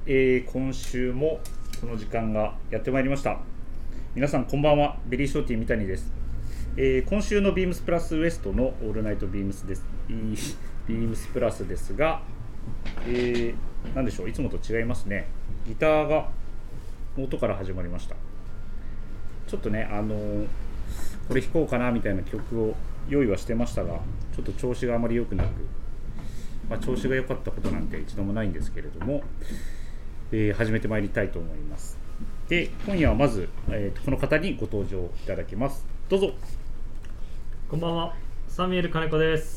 今週もこの時間がやってまいりました。皆さんこんばんは。ベリーショーティー三谷です。今週のビームスプラスウエストのオールナイトビームスです。ビームスプラスですが、何でしょう、いつもと違いますね。ギターが音から始まりました。ちょっとね、これ弾こうかなみたいな曲を用意はしてましたが、ちょっと調子があまり良くなく、調子が良かったことなんて一度もないんですけれども、始めてまいりたいと思います。で、今夜はまず、この方にご登場いただきます。どうぞ。 こんばんは、サミュエル金子です。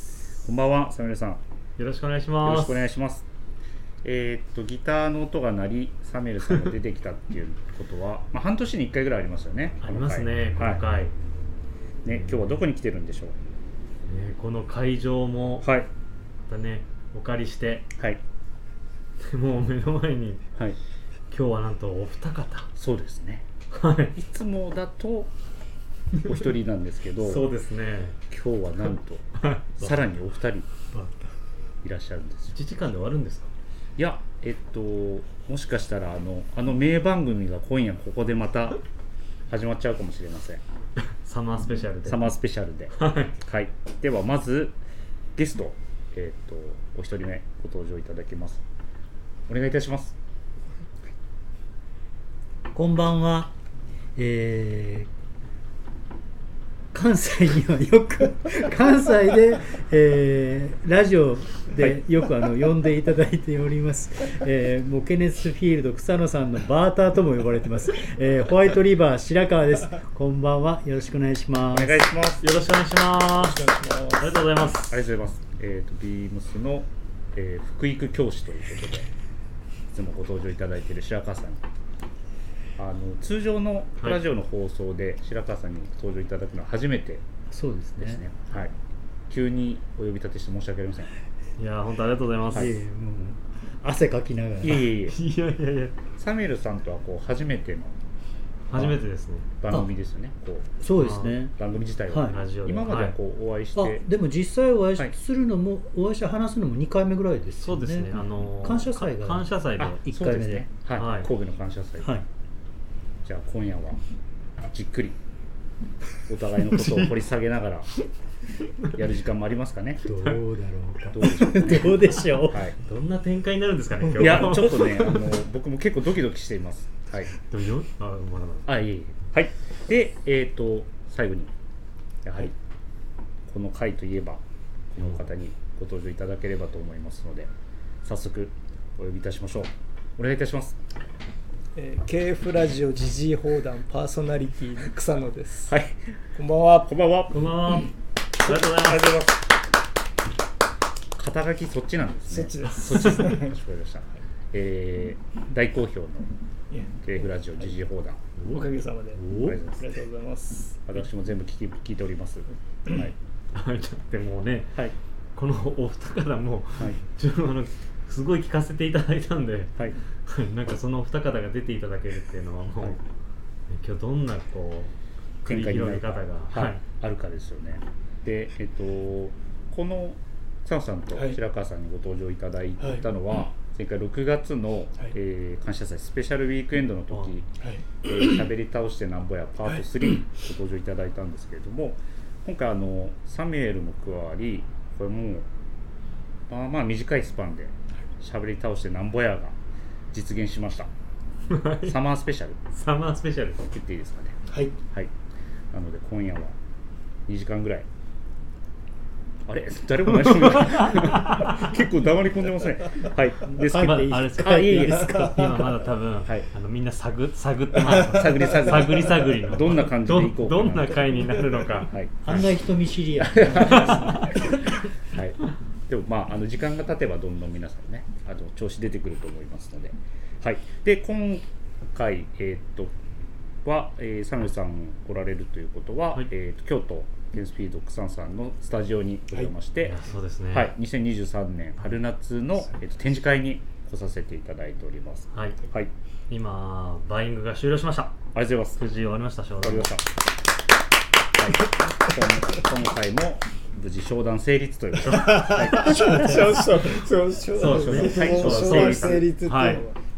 こんばんは、サミュエルさん。 よろしくお願いします。 よろしくお願いします。ギターの音が鳴り、サミュエルさんが出てきたっていうことは、半年に1回ぐらいありますよね。 ありますね、この回、 はいね。今日はどこに来てるんでしょう。 この会場も、 はい、 またね、お借りして、 はい、 もう目の前に、 はい、 今日はなんとお二方。 そうですね。 はい。 いつもだとお一人なんですけど、 そうですね。 今日はなんとさらにお二人いらっしゃるんですよ。 1時間で終わるんですか？ いや、もしかしたらあの名番組が今夜ここでまた始まっちゃうかもしれません。 サマースペシャルで。 サマースペシャルで。はい。ではまずゲスト、お一人目ご登場いただきます。お願いいたします。 こんばんは。関西にはよく関西で、ラジオでよく呼んでいただいております、もうケネスフィールド草野さんのバーターとも呼ばれてます、ホワイトリバー白川です。こんばんは、よろしくお願いします。 お願いします。 よろしくお願いします。ありがとうございます。 ありがとうございます。ビームスの、福育教師ということでいつもご登場いただいている白川さんに、通常のラジオの放送で白川さんに登場いただくのは初めてですね。 そうですね。 はい。急にお呼び立てして申し訳ありません。 いや、本当ありがとうございます。 もう汗かきながら。 いえ。 いや。 サミュエルさんとは初めてのですね。 番組ですよね。 そうですね。 番組自体は、 ラジオで今まではお会いして、 でも実際お会いするのも、お会いして話すのも2回目ぐらいですよね。 そうですね。 感謝祭が感謝祭で 1回目で、 はい、神戸の感謝祭。 はい。 じゃあ今夜はじっくりお互いのことを掘り下げながらやる時間もありますかね。 どうだろうか。 どうでしょうね。 どうでしょう。 はい。どんな展開になるんですかね。今日いや、ちょっとね、僕も結構ドキドキしています。はい。 でもまだ。 いえ。はい。で、最後にやはりこの回といえばこの方にご登場いただければと思いますので、早速お呼びいたしましょう。お願いいたします。 KF ラジオジジイ砲弾パーソナリティの草野です。 はい。 こんばんは。 こんばんは。 こんばんは。ありがとうございます。 肩書きそっちなんですね。 そっちです。 そっちですね。わかりました。大好評の KF ラジオジジイ砲弾。 おかげさまで。 ありがとうございます。 ありがとうございます。 私も全部聞いております。はい。 でもね、 はい。 このお二方も、 はい、 すごい聞かせていただいたんで、 はい、 なんかそのお二方が出ていただけるっていうのはもう、はい、今日どんな展開になるかが、 あるかですよね。で、この草野さんと白川さんにご登場いただいたのは、前回6月の、感謝祭スペシャルウィークエンドの時、喋り倒してなんぼやパート3ご登場いただいたんですけれども、今回サミュエルも加わり、これもう短いスパンで喋り倒してなんぼやが実現しました。サマースペシャル。 サマースペシャル言っていいですかね。 はい。 はい。なので今夜は2時間ぐらい。あれ、誰も何も結構黙り込んでますね。はい。ですけど、 あれですか。 いいですか。 今まだ多分、 はい、 みんな探ってます。 探りの。 どんな感じでいこうかな。 どんな回になるのか。 はい。 案外人見知りや。 はい。でも時間が経てばどんどん皆さんね、調子出てくると思いますので。はい。で、今回は、サミュエルさん来られるということは、 はい、 京都ケンスフィールド草野さんのスタジオにお邪魔して、 そうですね。 はい、2023年春夏の、展示会に来させていただいております。 はい。 はい。 今バイイングが終了しました。 ありがとうございます。 無事終わりました。 終わりました。はい。今回も無事商談成立ということで、 そう成立っていうのは、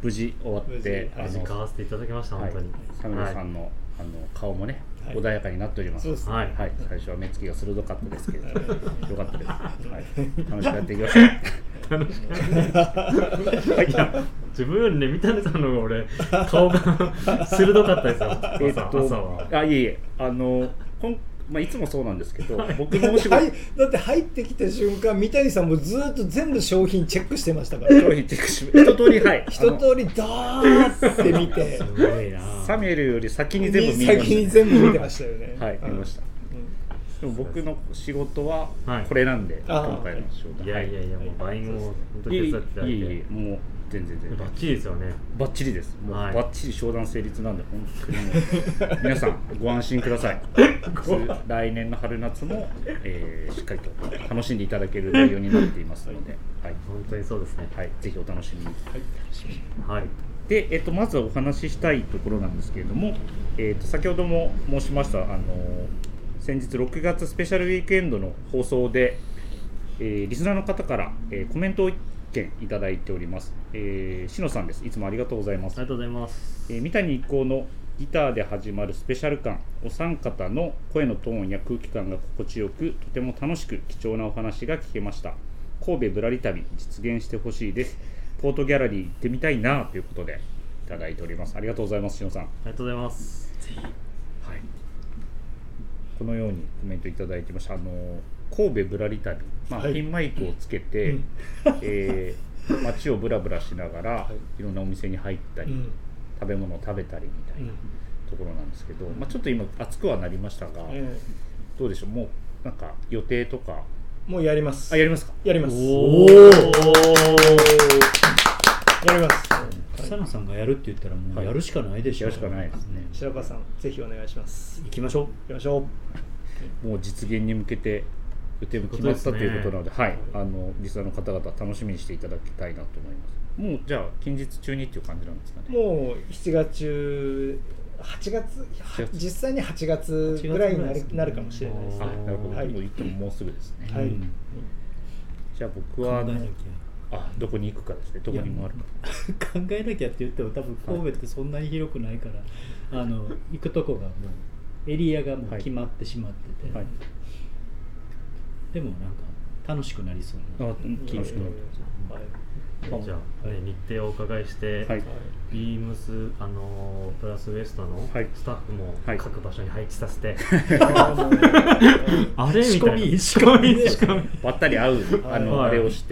無事終わって無無事買わせていただきました、 はい本当に。 サミュエルさんの、顔もね、 はい穏やかになっております。 そうですねはいはい、最初は目つきが鋭かったですけれど、よかったです。はい、楽しくやっていきましょう。 楽しかったいや自分よりね三谷さんの方が俺顔が鋭かったですよ。朝は。 いえいえ、いつもそうなんですけど、僕のお仕事、 だって入ってきた瞬間三谷さんもずっと全部商品チェックしてましたから商品チェックし、一通り、はい、 一通りダーって見てすごいな。 サミュエルより先に全部見ま先にした。 全部見てましたよねはい、見ました。でも僕の仕事ははいこれなんで、 あー今回の仕事。 いやいやいや、もうバイングも本当にいえい手伝っていただいえいえて。 もう全然バッチリですよね。 バッチリです。もうはいバッチリ商談成立なんで、本当にもう皆さんご安心ください。来年の春夏も、しっかりと楽しんでいただける内容になっていますので、はい、 本当にそうですね。 はい、ぜひお楽しみに。 はい。 で、まずお話ししたいところなんですけれども、先ほども申しました先日6月スペシャルウィークエンドの放送で、リスナーの方から、コメントを1件いただいております。しのさんです。いつもありがとうございます。 ありがとうございます。 三谷一行のギターで始まるスペシャル感、お三方の声のトーンや空気感が心地よく、とても楽しく貴重なお話が聞けました。神戸ぶらり旅実現してほしいです。ポートギャラリー行ってみたいなということでいただいております。ありがとうございます。しのさん。 ありがとうございます。 はい、このようにコメントいただいてました。神戸ぶらり旅、 はい、 ピンマイクをつけて、街をぶらぶらしながら、いろんなお店に入ったり、食べ物を食べたりみたいなところなんですけど、ちょっと今暑くはなりましたが、どうでしょう、もうなんか予定とか。 もうやります。 やりますか。 やります。 おお。 やります。 草野さんがやるって言ったらもうやるしかないでしょ。 やるしかないですね。 白川さん、ぜひお願いします。 行きましょう。 行きましょう。もう実現に向けて予定も決まったということなので、はい、リスナーの方々楽しみにしていただきたいなと思います。もうじゃあ近日中にっていう感じなんですかね。 もう7月中、8月、実際に8月ぐらいになるかもしれないですね。 なるほど。もう言ってももうすぐですね。 はい。 じゃあ僕はどこに行くかですね。どこにもあるか。 考えなきゃって言っても多分神戸ってそんなに広くないから、行くとこがもうエリアがもう決まってしまってて、でもなんか楽しくなりそうな楽しくなる。 じゃあ、日程をお伺いして、ビームスプラスウエストのスタッフも各場所に配置させて、あれみたいな仕込みばったり会うあれをして、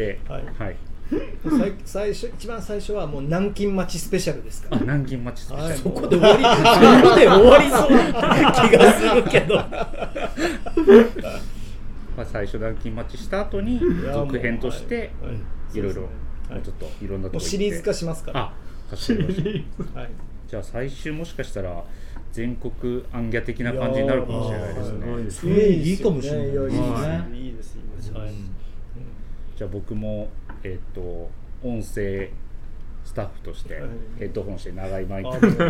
一番最初はもう南京町スペシャルですから。 南京町スペシャル。 そこで終わりそうな気がするけど。 最初南京町した後に続編としていろいろもうちょっといろんなところ行ってシリーズ化しますから。 じゃあ最終もしかしたら全国アンギャ的な感じになるかもしれないですね。 いいかもしれないですね。 いいです。 じゃあ僕も音声スタッフとしてヘッドホンして長いマイクを使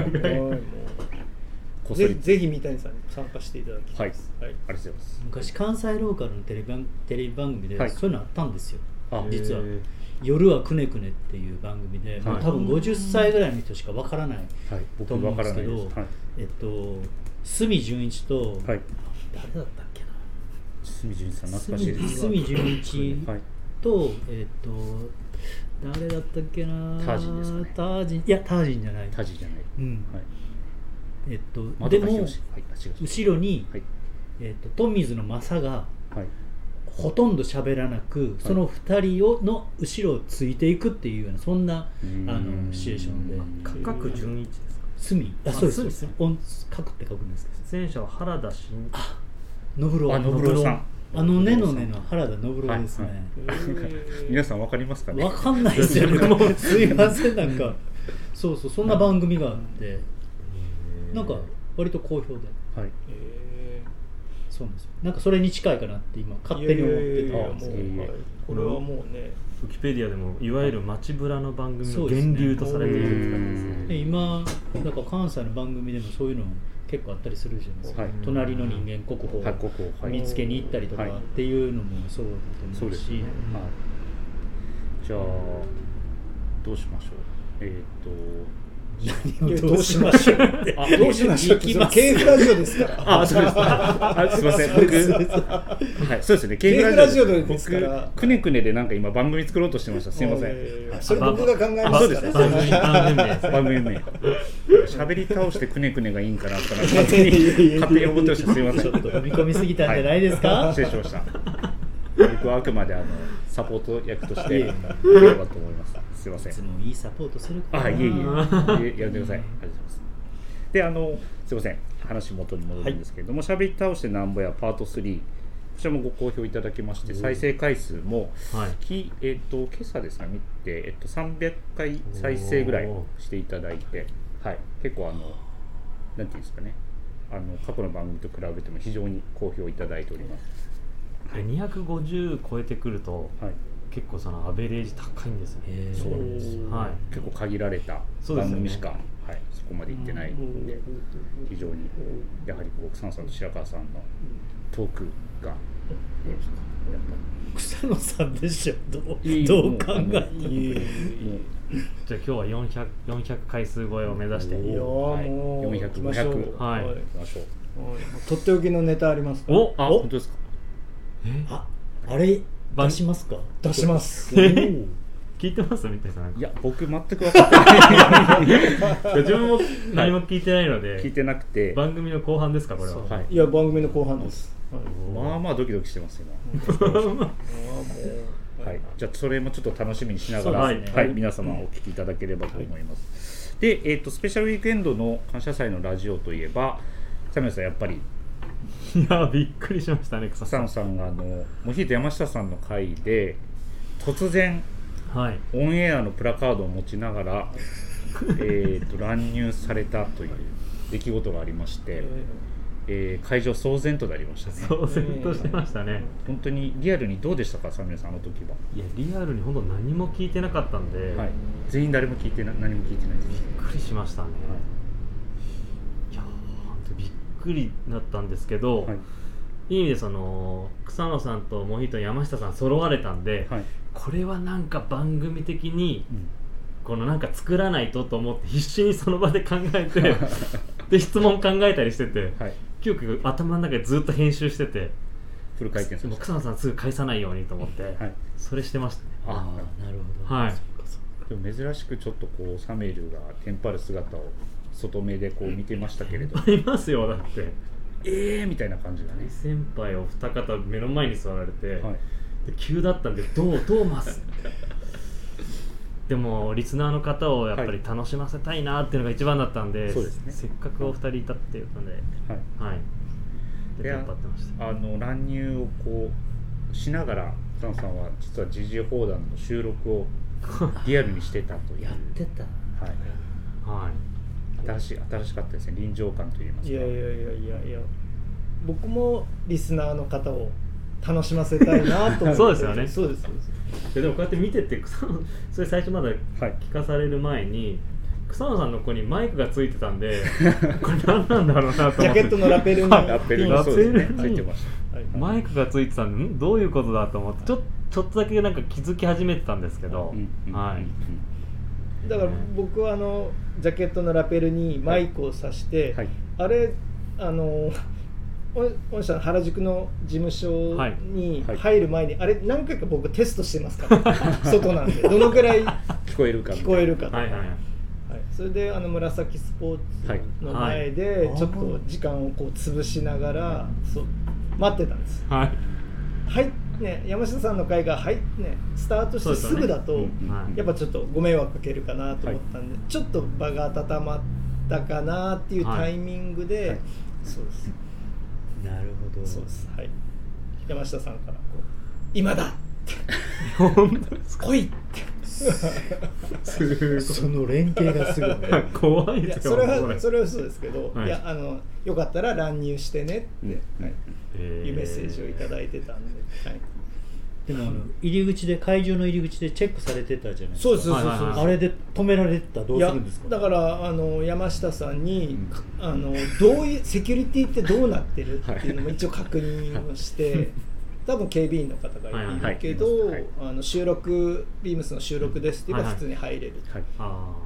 ってぜひ三谷さんに参加していただきたいです。 ありがとうございます。 昔関西ローカルのテレビ番組でそういうのあったんですよ。実は夜はくねくねっていう番組で、多分50歳ぐらいの人しかわからないと思うんですけど、角純一と誰だったっけな。 角純一さん懐かしいです。 角純一と誰だったっけな。 タージンですかね。 タージンじゃない。 タージンじゃない。 でも後ろにトミーズのマサがほとんど喋らなく、その2人の後ろをついていくっていうようなそんなシチュエーションで。 角純一ですか。 角、そうです。角って書くんですけど。 出演者は原田真信郎さん。ねの原田信郎ですね。 皆さんわかりますかね。 わかんないですよね。もうすいません、なんかそうそんな番組があって、なんか割と好評で。そうなんですよ。なんかそれに近いかなって今勝手に思ってたんですけど、 これはもうね、 ウィキペディアでもいわゆる街ブラの番組の源流とされているって感じですね。 今なんか関西の番組でもそういうの結構あったりするじゃないですか。隣の人間国宝を見つけに行ったりとかっていうのもそうだと思うし、 じゃあどうしましょう。 どうしましょうどうしましょうって、ケーフラジオですから。 そうです。すいません、僕はい、そうですね、 ケーフラジオですから。 くねくねでなんか今番組作ろうとしてました。すいません。 それ僕が考えますから。 番組名喋り倒してくねくねがいいんかなとか勝手に思ってました。すいません。 ちょっと踏み込みすぎたんじゃないですか。 失礼しました。僕はあくまでサポート役としてやればと思います。すいません。 いつもいいサポートするから。 いえやめてください。ありがとうございます。ですいません、話元に戻るんですけれども、喋り倒してなんぼやパート3、こちらもご好評いただきまして、再生回数も今朝ですね見て300回再生ぐらいしていただいて、結構なんていうんですかね、過去の番組と比べても非常に好評いただいております。 250超えてくると、結構そのアベレージ高いんですね。 そうなんです。結構限られた番組しかそこまで行ってないので、非常にやはり草野さんと白川さんのトークが、 草野さんでしょ。どう考えても。 じゃあ今日は400回数超えを目指して、 400、500、行きましょう。 とっておきのネタありますか？ 本当ですか？ あれ出しますか？ 出します。 聞いてますみたいな。 いや、僕全く分かってない。 自分も何も聞いてないので。 聞いてなくて。 番組の後半ですかこれは？ いや、番組の後半です。 まあまあドキドキしてます今。じゃあそれもちょっと楽しみにしながら、皆様お聞きいただければと思います。で、スペシャルウィークエンドの感謝祭のラジオといえば、サミュエルさんやっぱり。 いやびっくりしましたね。 草野さんがモヒート山下さんの回で突然、オンエアのプラカードを持ちながら、乱入されたという出来事がありまして、会場騒然となりましたね。 騒然としてましたね。 本当にリアルにどうでしたか、サミュエルさん、あの時は。 いやリアルに本当何も聞いてなかったんで、 全員誰も聞いて何も聞いてないです。 びっくりしましたね。いや本当びっくりだったんですけど、いい意味で草野さんとモヒート山下さん揃われたんで、これはなんか番組的にこのなんか作らないとと思って必死にその場で考えてで質問考えたりしてて、記憶が頭の中でずっと編集してて、 フル回転する。 草野さんすぐ返さないようにと思って、それしてましたね。 なるほど。でも珍しくちょっとサミュエルがテンパる姿を外目で見てましたけれど。 いますよだって。 みたいな感じがね。 先輩お二方目の前に座られて、で急だったんでどうますでもリスナーの方をやっぱり楽しませたいなっていうのが一番だったんで、せっかくお二人いたっていうので、でテンパってました。 乱入をしながら草野さんは実は時事砲弾の収録をリアルにしてたという。 やってた。 新しかったですね、臨場感といいますか。 いや僕もリスナーの方を楽しませたいなと思ってそうですよね。 そうです。 でもこうやって見ててそれ最初まだ聞かされる前に、草野さんの子にマイクがついてたんでこれ何なんだろうなと思って、 ジャケットのラペルについてました。 マイクがついてたんでどういうことだと思ってちょっとだけなんか気づき始めてたんですけど、 だから僕はジャケットのラペルにマイクを挿して、あれ御社の原宿の事務所に入る前に、あれ何回か僕テストしてますから外なんでどのくらい聞こえるかそれで紫スポーツの前でちょっと時間を潰しながら待ってたんです。山下さんの会がスタートしてすぐだとやっぱちょっとご迷惑かけるかなと思ったんで、ちょっと場が温まったかなっていうタイミングで、そうです。 なるほど。 そうです。山下さんから今だ来いってその連携がすごい怖いですよ。 それはそうですけど、よかったら乱入してねっていうメッセージをいただいてたんで。 でも会場の入り口でチェックされてたじゃないですか。 そうあれで止められたらどうするんですか。 だから山下さんにどういうセキュリティってどうなってるっていうのも一応確認をして多分警備員の方がいるけど、収録ビームスの収録ですって言えば普通に入れる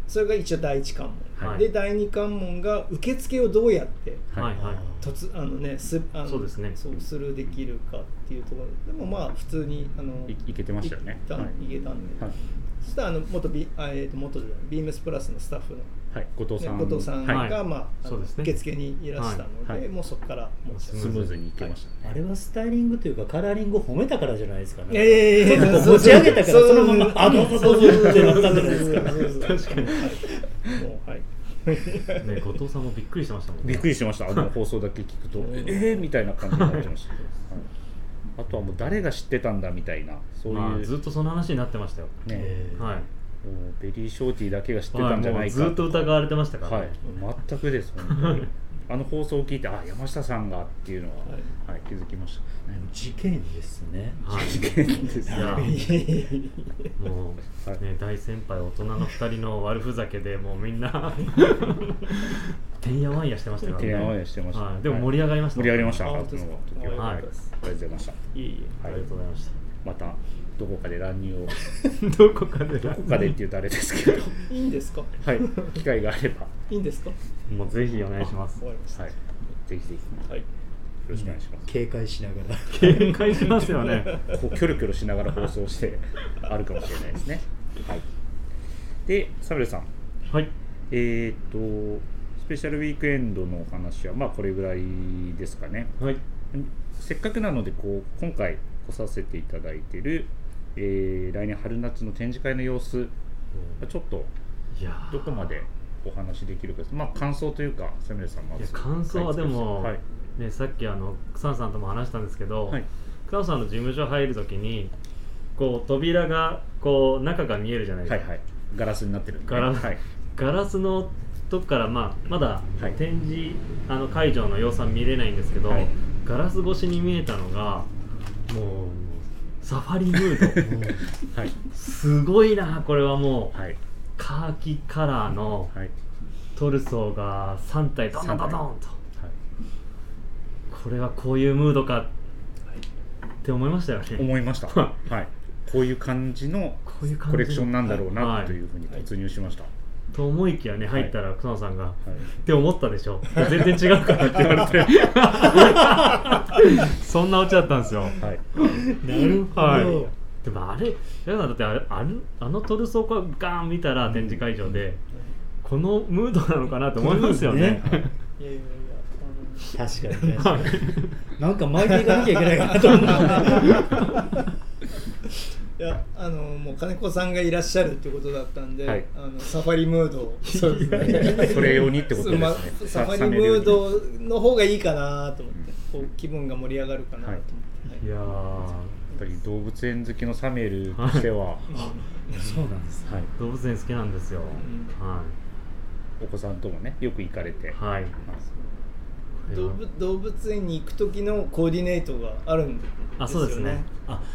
それが一応第一関門、 はい、 で第二関門が受付をどうやってはいはい、 そうですね、そうスルーできるかっていうところでもまあ普通にいけてましたよね。 いけたんで、はい、そしたら元ビームスプラスのスタッフの、 はい、後藤さんが、 はい、 まあ受付にいらしたので、 はい、 もうそこからもうスムーズにいけましたね、 はい、あれはスタイリングというかカラーリングを褒めたからじゃないですかね。 持ち上げたからそのままどうぞってなったんじゃないですか。 確かに。 もうはい。 ね、後藤さんもびっくりしてましたもんね。 びっくりしました。放送だけ聞くとみたいな感じになってました、はい、あとはもう誰が知ってたんだみたいな、そういう、 まあ、ずっとその話になってましたよね。 はい、 ベリーショーティーだけが知ってたんじゃないか、 ずっと疑われてましたから、ね、 はい、全くです本当に放送を聞いて山下さんがっていうのは、はい、気づきました。 事件ですね。 事件ですね。 もう、ね、大先輩大人の2人の悪ふざけでもうみんなてんやわんやしてましたからね。 てんやわんやしてました、 はい、でも盛り上がりました、 盛り上がりました。はい、ありがとうはい、 ございました。 ありがとうございました。 またどこかで乱入をどこかでって言うとあれですけどいいんですか。 はい、機会があればいいんですか。 もうぜひお願いします。 はい、 ぜひぜひ、はい、よろしくお願いします。 警戒しながら警戒しますよね。 こうキョロキョロしながら放送してあるかもしれないですね。はい。で、サムエルさん、 はい、 スペシャルウィークエンドのお話はまあこれぐらいですかね。 はい。 せっかくなので今回来させていただいている、来年春夏の展示会の様子、ちょっとどこまでお話できるかです。まあ感想というか、サムエルさんまず。 感想はでも、はい、ね、さっき草野さんとも話したんですけど、はい、草野さんの事務所入るときにこう扉がこう中が見えるじゃないですか。 はいはい、ガラスになってるんで、 ガラスのとこからまだ展示、会場の様子は見れないんですけど、はい、ガラス越しに見えたのがもうサファリムード、はい、すごいなこれはもう、はい、カーキカラーのトルソーが3体ドンドンドンと、はい、これはこういうムードかって思いましたよね。 思いましたはい、こういう感じのコレクションなんだろうなというふうに突入しました、はい、 と思いきやね、入ったら草野さんが、はい、って思ったでしょ、全然違うからって言われてそんなオチだったんですよ、はい、 なるほど、はい、 でもだってあのトルソーがガーン見たら展示会場で、このムードなのかなと思いますよね。 いや確かになんか巻いていかなきゃいけないかなと思っていやもう金子さんがいらっしゃるってことだったんで、はい、サファリムードそうですねそれ用にってことですね、 サファリムードの方がいいかなと思って、こう気分が盛り上がるかなと思って、はい、 いややっぱり動物園好きのサミュエルとしては、 そうなんです、 はい、動物園好きなんですよ、はい、 お子さんともねよく行かれて、 はい、 動物園に行く時のコーディネートがあるんですよね。 あ、そうですね。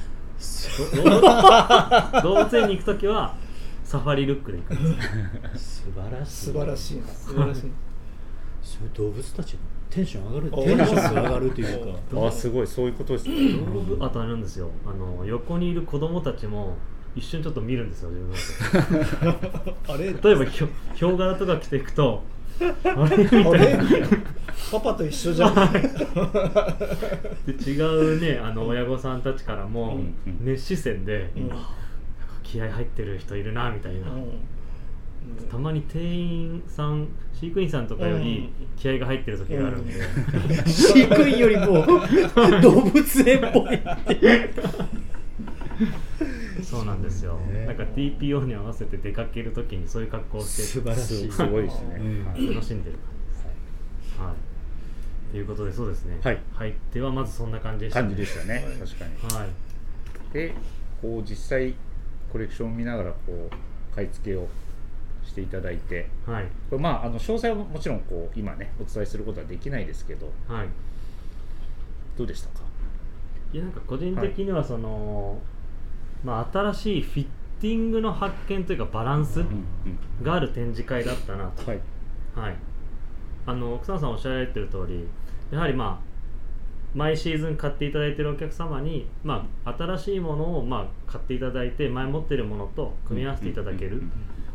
動物園に行く時はサファリルックで行くんです。 素晴らしいそういう動物たちのテンション上がるというかあ、すごい、そういうことですね。 あとあれなんですよ、横にいる子供たちも一瞬ちょっと見るんですよ、自分あれ例えばヒョウ柄とか着ていくとあれみたいなパパと一緒じゃんで違うね、親御さんたちからも熱視線で、気合入ってる人いるなみたいな、たまに店員さん、飼育員さんとかより気合が入ってる時があるんで、 飼育員よりも動物園っぽいってそうなんですよ、なんか TPO に合わせて出かけるときにそういう格好をして素晴らしい、 すごいですね、 楽しんでるはい、ということで、そうですね、 はい、 入ってはまずそんな感じでしたね。 感じでしたね、確かに、はい、でこう実際コレクションを見ながらこう買い付けをしていただいて、はい、これ詳細はもちろんこう今ねお伝えすることはできないですけど、はい、どうでしたか？ いや、なんか個人的にはその、新しいフィッティングの発見というかバランスがある展示会だったなと、はいはい、草野さんおっしゃられてる通り、やはり毎シーズン買っていただいているお客様に、新しいものを買っていただいて前持っているものと組み合わせていただける、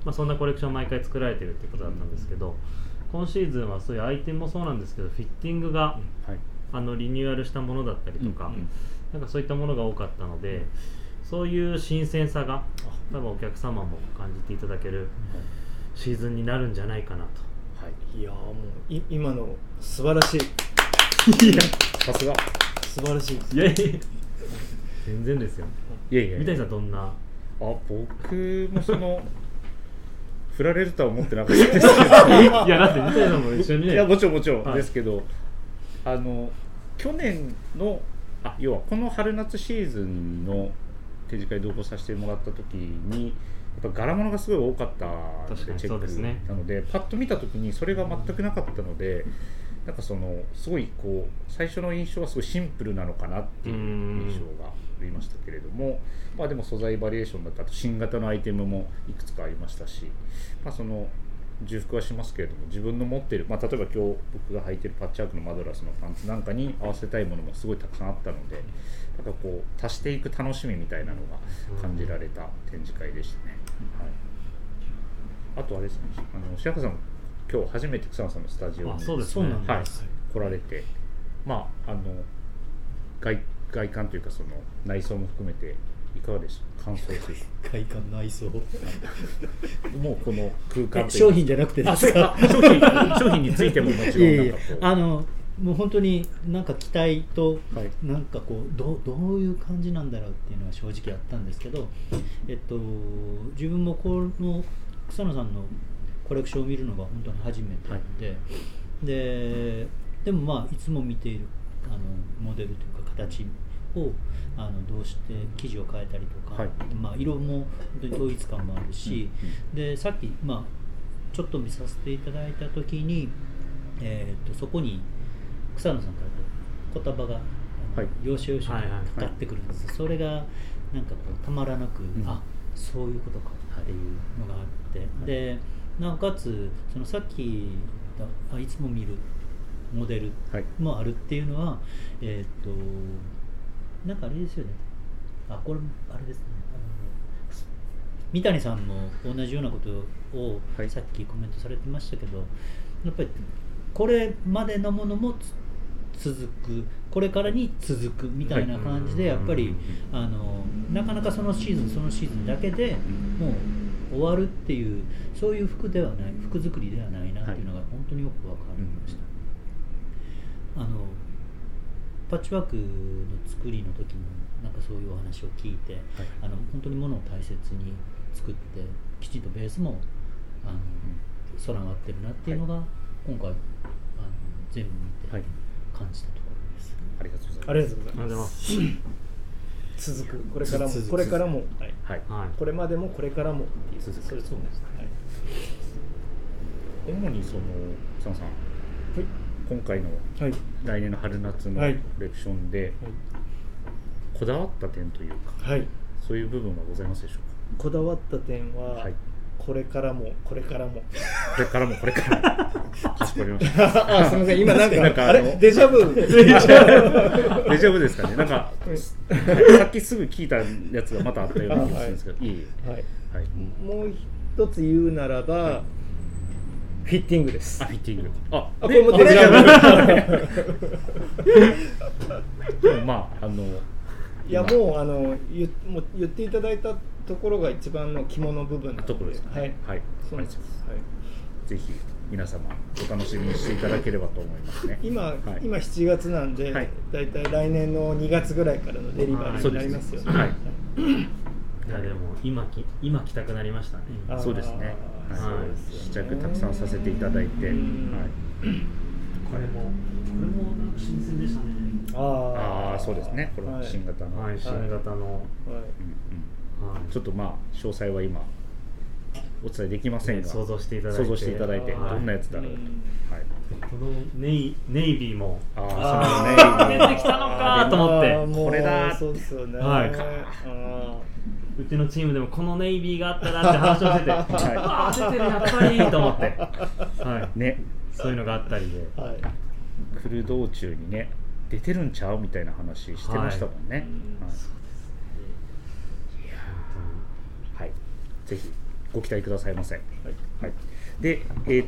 そんなコレクションを毎回作られてるってことだったんですけど、今シーズンはそういうアイテムもそうなんですけど、フィッティングが、リニューアルしたものだったりとか、なんかそういったものが多かったので、そういう新鮮さが多分お客様も感じていただけるシーズンになるんじゃないかなと。 いやもう今の素晴らしい。 いやさすが素晴らしいです。 いやいや全然ですよ。 いやいや三谷さんどんな？ 僕もその振られるとは思ってなかったですけどいやだって三谷さんも一緒にね。 いやもちろんですけど、去年の要はこの春夏シーズンの展示会同行させてもらった時にやっぱ柄物がすごい多かったのでチェックなので、パッと見た時にそれが全くなかったので、なんかそのすごいこう最初の印象はすごいシンプルなのかなっていう印象がありましたけれども、でも素材バリエーションだったり新型のアイテムもいくつかありましたし、その重複はしますけれども自分の持っている、例えば今日僕が履いているパッチワークのマドラスのパンツなんかに合わせたいものもすごいたくさんあったので、なんかこう足していく楽しみみたいなのが感じられた展示会でしたね。あとあれですね、白川さん今日初めて草野さんのスタジオにそうですね、 来られて、外観というかその内装も含めていかがでした感想というか。 外観内装もうこの空間商品じゃなくてですか。 商品についてももちろんなんかこうもう本当になんか期待となんかこうどういう感じなんだろうっていうのは正直あったんですけど、自分もこの草野さんのコレクションを見るのが本当に初めてで、でもいつも見ているモデルというか形をどうして生地を変えたりとか、色も本当に統一感もあるし、でさっきちょっと見させていただいた時に、そこに草野さんから言葉が要所要所にかかってくるんです。それがなんかこうたまらなく、そういうことかっていうのがあって、でなおかつそのさっきいつも見るモデルもあるっていうのは、なんかあれですよね。これあれですね。三谷さんも同じようなことをさっきコメントされてましたけど、やっぱりこれまでのものも続く、これからに続くみたいな感じで、やっぱりなかなかそのシーズンだけでもう終わるっていうそういう服ではない、服作りではないなっていうのが本当によく分かりました。パッチワークの作りの時もなんかそういうお話を聞いて、本当に物を大切に作ってきちんとベースも備わってるなっていうのが、今回全部見て感じたところです。 ありがとうございます。 続く、これからも、これまでもこれからもっていう、そうです。 主にその草野さん、今回の来年の春夏のコレクションでこだわった点というか、そういう部分はございますでしょうか。 こだわった点は、これからもこれからもかしこまりました。 すみません、今なんかあれデジャブですかね。なんかさっきすぐ聞いたやつがまたあったような気がするんですけど、 もう一つ言うならば、フィッティングです。 フィッティング。 これもデジャブ。 でもいやもう言っていただいたところが一番の肝の部分のところです。そうです。ぜひ皆様お楽しみにしていただければと思いますね。 今7月なんで、だいたい来年の2月ぐらいからのデリバリーになりますよね。 いやでも今着たくなりましたね。 そうですね。試着たくさんさせていただいて、これも新鮮でしたね。 そうですね。これ新型の、ちょっと詳細は今お伝えできませんが、 想像していただいてどんなやつだろうと。 このネイビーも出てきたのかと思って、 これだ。そうですよね。 うちのチームでもこのネイビーがあったなって話をしてて、出てるやっぱりと思って、そういうのがあったりで、 来る道中にね出てるんちゃうみたいな話してましたもんね。ぜひご期待くださいませ。はいはい、で、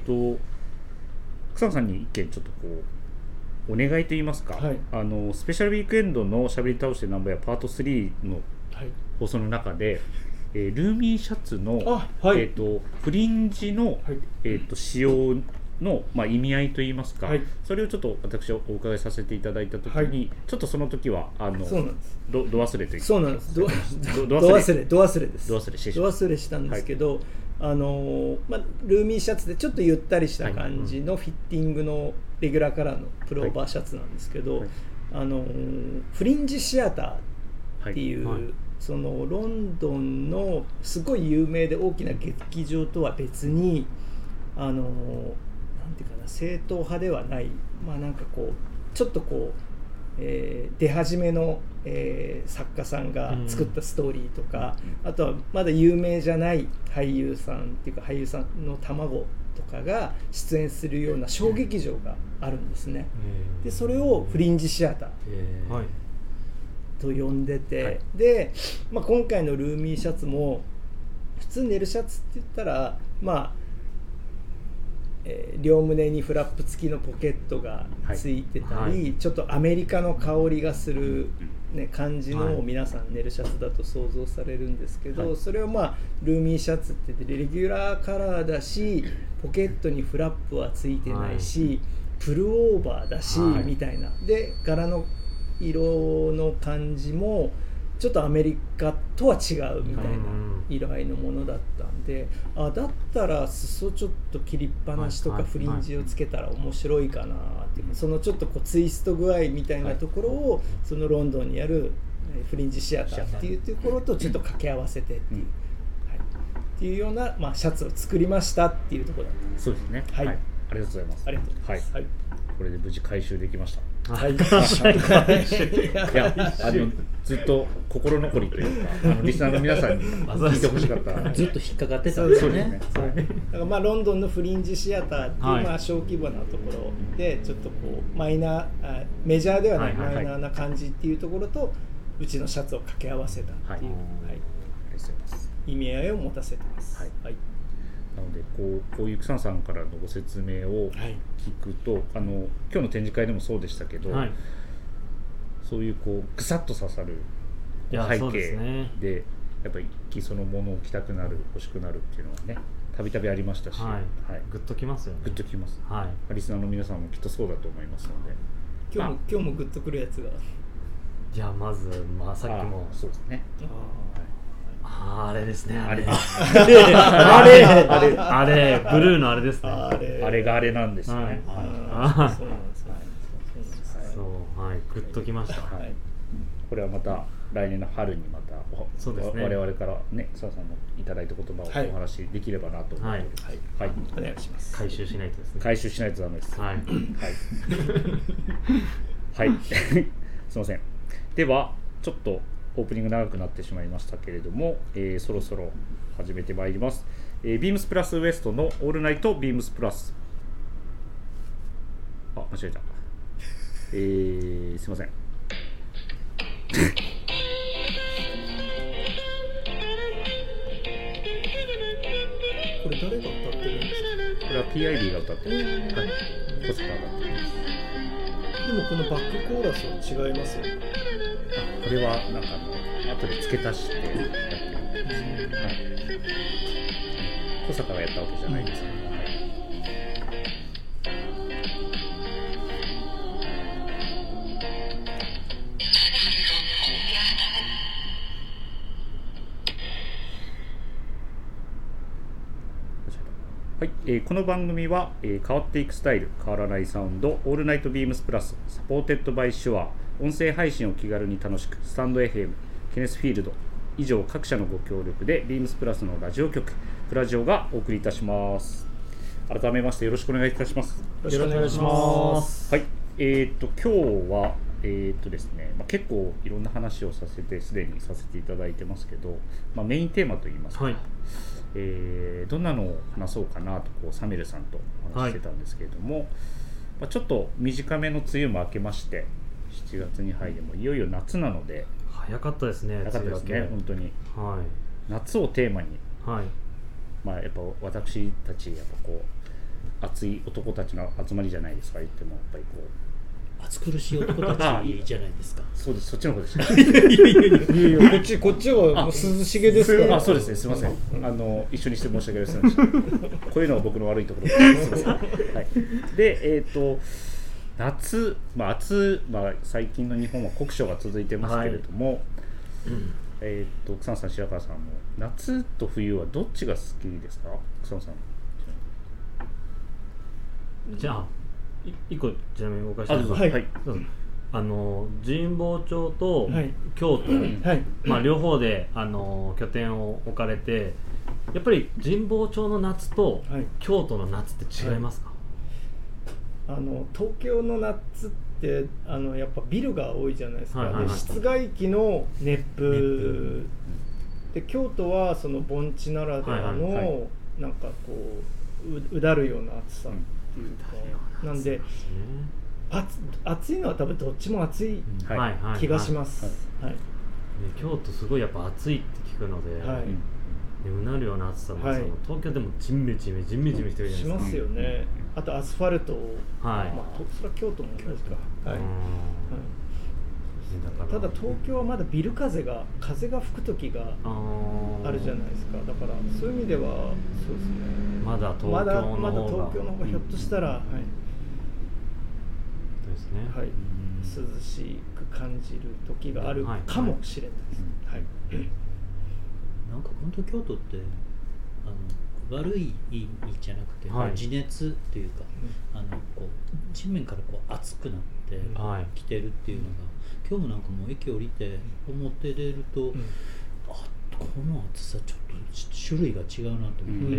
草野さんに一件ちょっとこうお願いといいますか、はい、スペシャルウィークエンドのしゃべり倒してなんぼやパート3の放送の中で、ルーミーシャツの、はい、フリンジの、はい、使用の、意味合いといいますか、はい、それをちょっと私お伺いさせていただいたときに、はい、ちょっとその時はそうなんです。 ど忘れというそうなんです。ど忘れです。ど忘れしたんですけど、はい、ルーミーシャツでちょっとゆったりした感じのフィッティングのレギュラーカラーのプローバーシャツなんですけど、はい、フリンジシアターっていう、はいはい、そのロンドンのすごい有名で大きな劇場とは別になんていうかな、正統派ではない、なんかこうちょっとこう、出始めの、作家さんが作ったストーリーとか、あとはまだ有名じゃない俳優さんっていうか俳優さんの卵とかが出演するような小劇場があるんですね。でそれをフリンジシアターと呼んでて、はい、で、今回のルーミーシャツも普通ネルシャツって言ったら両胸にフラップ付きのポケットがついてたり、はい、ちょっとアメリカの香りがする、感じのを皆さんネルシャツだと想像されるんですけど、はい、それをルーミーシャツって言ってレギュラーカラーだしポケットにフラップはついてないし、はい、プルオーバーだし、はい、みたいなで柄の色の感じもちょっとアメリカとは違うみたいな色合いのものだったんで、だったら裾ちょっと切りっぱなしとかフリンジをつけたら面白いかなっていう、そのちょっとこうツイスト具合みたいなところをそのロンドンにあるフリンジシアターっていうところとちょっと掛け合わせてっていう、っていうようなシャツを作りましたっていうところだったんです。 そうですね。はい。ありがとうございます。 ありがとうございます。はい。 これで無事回収できました。 はい、いやずっと心残りというかリスナーの皆さんに聞いてほしかったずっと引っかかってたんですね。 だからロンドンのフリンジシアターっていう小規模なところでちょっとこうマイナーメジャーではないマイナーな感じっていうところとうちのシャツを掛け合わせたっていう、意味合いを持たせてます。はい。 なのでこういう草野さんからのご説明を聞くと、今日の展示会でもそうでしたけど、そういうぐさっと刺さる背景でやっぱりそのものを着たくなる欲しくなるっていうのはねたびたびありましたし、 グッときますよね。 グッときます。リスナーの皆さんもきっとそうだと思いますので、 今日もグッとくるやつが、 じゃあまずさっきもそうですね。 あれですね。あれブルーのあれですね。 あれがあれなんですね。 そう、グッときました。 これはまた来年の春にまた我々からね草野さんのいただいた言葉をお話できればなと思っております。 お願いします。 回収しないとですね。 回収しないとダメです。はい。すいません。ではちょっとオープニング長くなってしまいましたけれども、そろそろ始めてまいります。ビームスプラスウエストのオールナイトビームスプラス。間違えた。すいません。 これ誰が歌ってるんですか？ これは PIB が歌ってる。はい。コスパが歌ってます。 でもこのバックコーラスは違いますよね。 これはなんか後で付け足してやってるんです。小坂がやったわけじゃないですけど。はい、この番組は、変わっていくスタイル変わらないサウンドオールナイトビームスプラスサポーテッドバイシュア音声配信を気軽に楽しくスタンド FM ケネスフィールド以上各社のご協力でビームスプラスのラジオ局プラジオがお送りいたします。改めましてよろしくお願いいたします。 よろしくお願いします。 はい、今日はですね、結構いろんな話をすでにさせていただいてますけど、メインテーマといいますか、どんなのを話そうかなとサミュエルさんと話してたんですけれども、ちょっと短めの梅雨も明けまして7月に入りもいよいよ夏なので早かったですね。 早かったですね本当に、夏をテーマに、 まあやっぱ私たちやっぱこう熱い男たちの集まりじゃないですか。言ってもやっぱりこう暑苦しい男たちじゃないですか。 そうです、そっちの方でした。 いやこっちはもう涼しげですから。 そうですね、すみません。一緒にして申し訳ありませんでした。こういうのが僕の悪いところです。すみません。はい。で、夏、最近の日本は酷暑が続いてますけれども、草野さん、白川さんも夏と冬はどっちが好きですか？草野さん。 じゃあ一個ちなみにお伺いします。 はい。 神保町と京都、まあ両方で拠点を置かれて、やっぱり神保町の夏と京都の夏って違いますか？ 東京の夏ってやっぱビルが多いじゃないですか。で室外機の熱風で、京都はその盆地ならではのなんかこううだるような暑さっていうか、なんで暑いのは多分どっちも暑い気がします。 京都すごいやっぱ暑いって聞くので、うなるような暑さも、東京でもジメジメしてるじゃないですか。しますよね。あとアスファルト、それは京都も同じか。ただ東京はまだビル風が吹く時があるじゃないですか。だからそういう意味ではそうですね。 まだ東京の方がひょっとしたら、 ですね。 涼しく感じる時があるかもしれないです。 なんか本当京都って悪い意味じゃなくて、地熱というか、こう地面からこう熱くなってきてるっていうのが、今日もなんかもう駅降りて表出ると、この暑さちょっと種類が違うなと思って、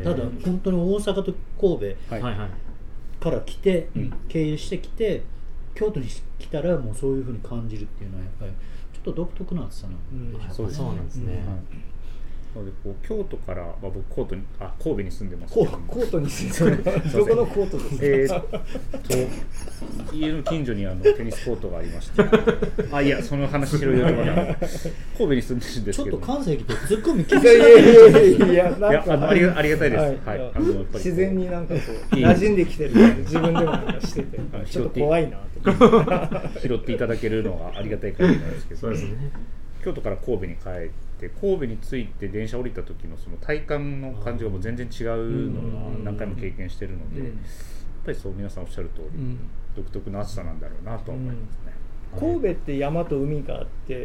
ただ本当に大阪と神戸から来て、経由してきて京都に来たらもうそういう風に感じるっていうのはやっぱりちょっと独特な暑さなんでしょうかね。 そうなんですね。 なのでこう京都から、僕神戸に住んでますけど、コートに住んでます。どこのコートですか？ 家の近所にテニスコートがありまして、いやその話しろよりも神戸に住んでるんですけど、 ちょっと関西来てツッコミ聞いやありがたいです。 自然になんかこう馴染んできてる自分でもなんかしてて、ちょっと怖いなと拾っていただけるのがありがたい限りなんですけど、 そうですね。 京都から神戸に帰って神戸に着いて電車降りた時のその体感の感じがもう全然違うのが何回も経験してるので、やっぱりそう皆さんおっしゃる通り、独特の暑さなんだろうなと思いますね。 神戸って山と海があって、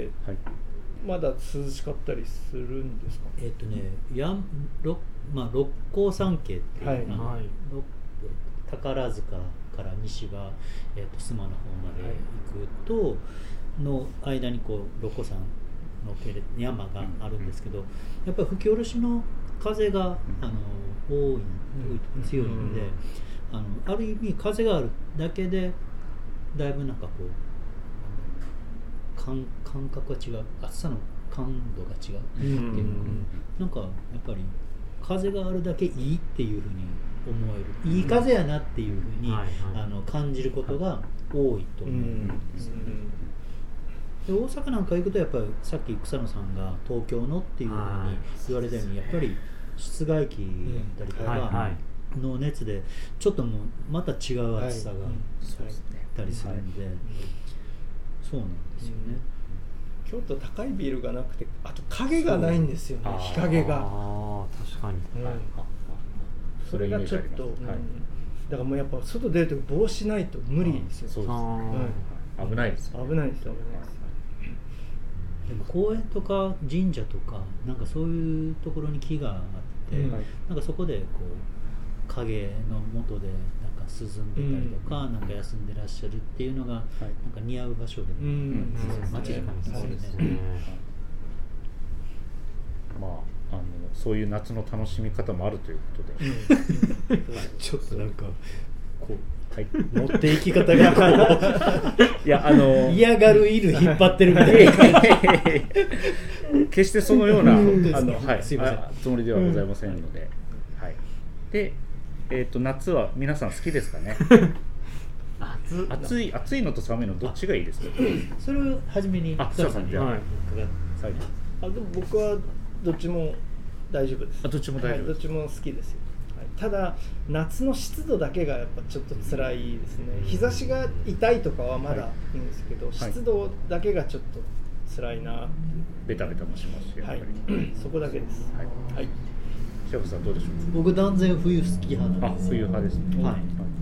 まだ涼しかったりするんですか？ 六甲山系っていう、宝塚から西は、須磨の方まで行くとの間にこう六甲山の山があるんですけど、やっぱり吹き下ろしの風が強いので、ある意味風があるだけでだいぶなんかこう感覚が違う、暑さの感度が違うっていうのが、なんかやっぱり風があるだけいいっていうふうに思える、いい風やなっていうふうに感じることが多いと思うんですよね。で大阪なんか行くとやっぱりさっき草野さんが東京のっていうふうに言われたように、やっぱり室外機だったりとかの熱でちょっともうまた違う暑さがたりするんで、そうなんですよね。 京都高いビルがなくて、あと影がないんですよね。日陰が。 確かに。 それがちょっと、だからもうやっぱ外出るとき帽子ないと無理ですよ。 そうですね。危ないですよ。 危ないですよ。 でも公園とか神社とかなんかそういうところに木があって、なんかそこでこう影の下でなんか涼んでたりとか、なんか休んでらっしゃるっていうのがなんか似合う場所でも街で感じますよね。 そういう夏の楽しみ方もあるということで、 ちょっとなんかこう持っていき方がこう嫌がる犬引っ張ってるみたいな決してそのようなつもりではございませんので、で、夏は皆さん好きですかね？暑いのと寒いのどっちがいいですか？ それを初めに草さんじゃあ、 でも僕はどっちも大丈夫です。 どっちも大丈夫です、 どっちも好きですよ。ただ夏の湿度だけがやっぱちょっと辛いですね。日差しが痛いとかはまだいいんですけど、湿度だけがちょっと辛いな。 ベタベタもしますし、やっぱり、 そこだけです。はい。 シャフさんどうでしょう。 僕断然冬好き派なんです。 冬派ですね。 はい。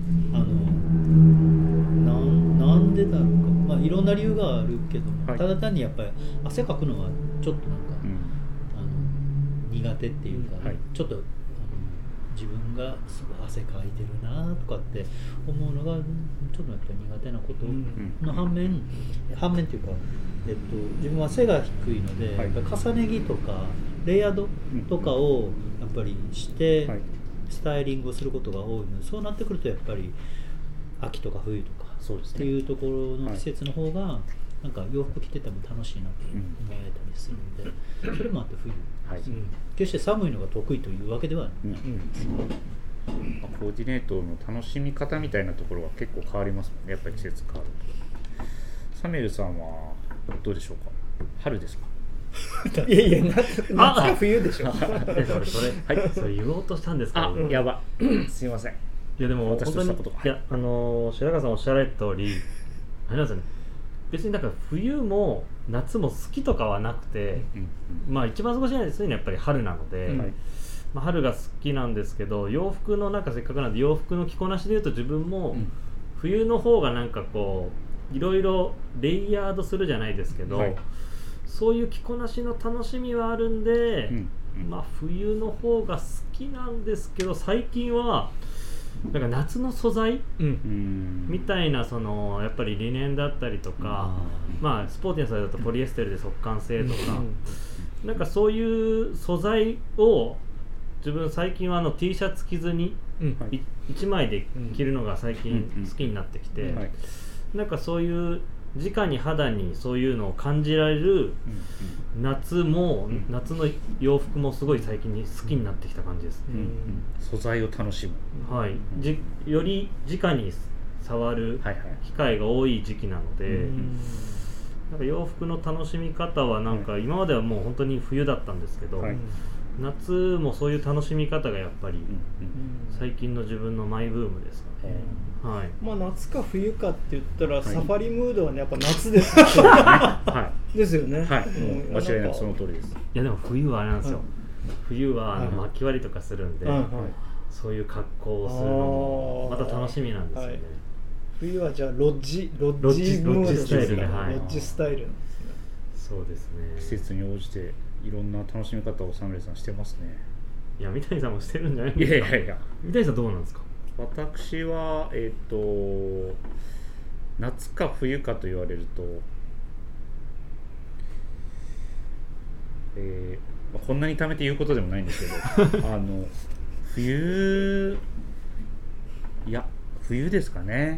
なんでだろうか。いろんな理由があるけど、ただ単にやっぱり汗かくのはちょっとなんか、苦手っていうか、ちょっと自分がすごい汗かいてるなとかって思うのがちょっとやっぱり苦手なことの反面っていうか、自分は背が低いので、やっぱ重ね着とかレイヤードとかをやっぱりしてスタイリングをすることが多いので、そうなってくるとやっぱり秋とか冬とかっていうところの季節の方がなんか洋服着てても楽しいなと思えたりするので、それもあって冬、決して寒いのが得意というわけではない、 コーディネートの楽しみ方みたいなところは結構変わりますもんね、やっぱり季節変わると。サミュエルさんはどうでしょうか。春ですか。 いや夏か冬でしょ。 それ言おうとしたんですか。 やばすいません。 いやでも本当に白川さんおっしゃられた通りあれなんですよね。別にだから冬も夏も好きとかはなくて、一番過ごしないですね、やっぱり春なので、春が好きなんですけど、洋服のせっかくなんで洋服の着こなしでいうと自分も冬の方がなんかこういろいろレイヤードするじゃないですけど、そういう着こなしの楽しみはあるんで、冬の方が好きなんですけど、最近はなんか夏の素材、みたいなやっぱりリネンだったりとか、スポーティーな素材だとポリエステルで速乾性とか、なんかそういう素材を自分最近はT シャツ着ずに1枚で着るのが最近好きになってきて、なんかそういう直に肌にそういうのを感じられる夏の洋服もすごい最近に好きになってきた感じです。 素材を楽しむ、 より直に触る機会が多い時期なので、なんか洋服の楽しみ方はなんか今まではもう本当に冬だったんですけど、夏もそういう楽しみ方がやっぱり最近の自分のマイブームですかね。 夏か冬かって言ったら、サファリムードはねやっぱ夏ですよね。ですよね。 間違いなくその通りです。 いやでも冬はあれなんですよ。冬は巻き割りとかするんで、そういう格好をするのもまた楽しみなんですよね。 冬はじゃあロッジムードスタイルで、 ロッジスタイルなんですね。 そうですね。 季節に応じていろんな楽しみ方をサムレイさんしてますね。 いや三谷さんもしてるんじゃないですか。いや三谷さんどうなんですか。 私は夏か冬かと言われると、こんなに貯めて言うことでもないんですけど冬ですかね。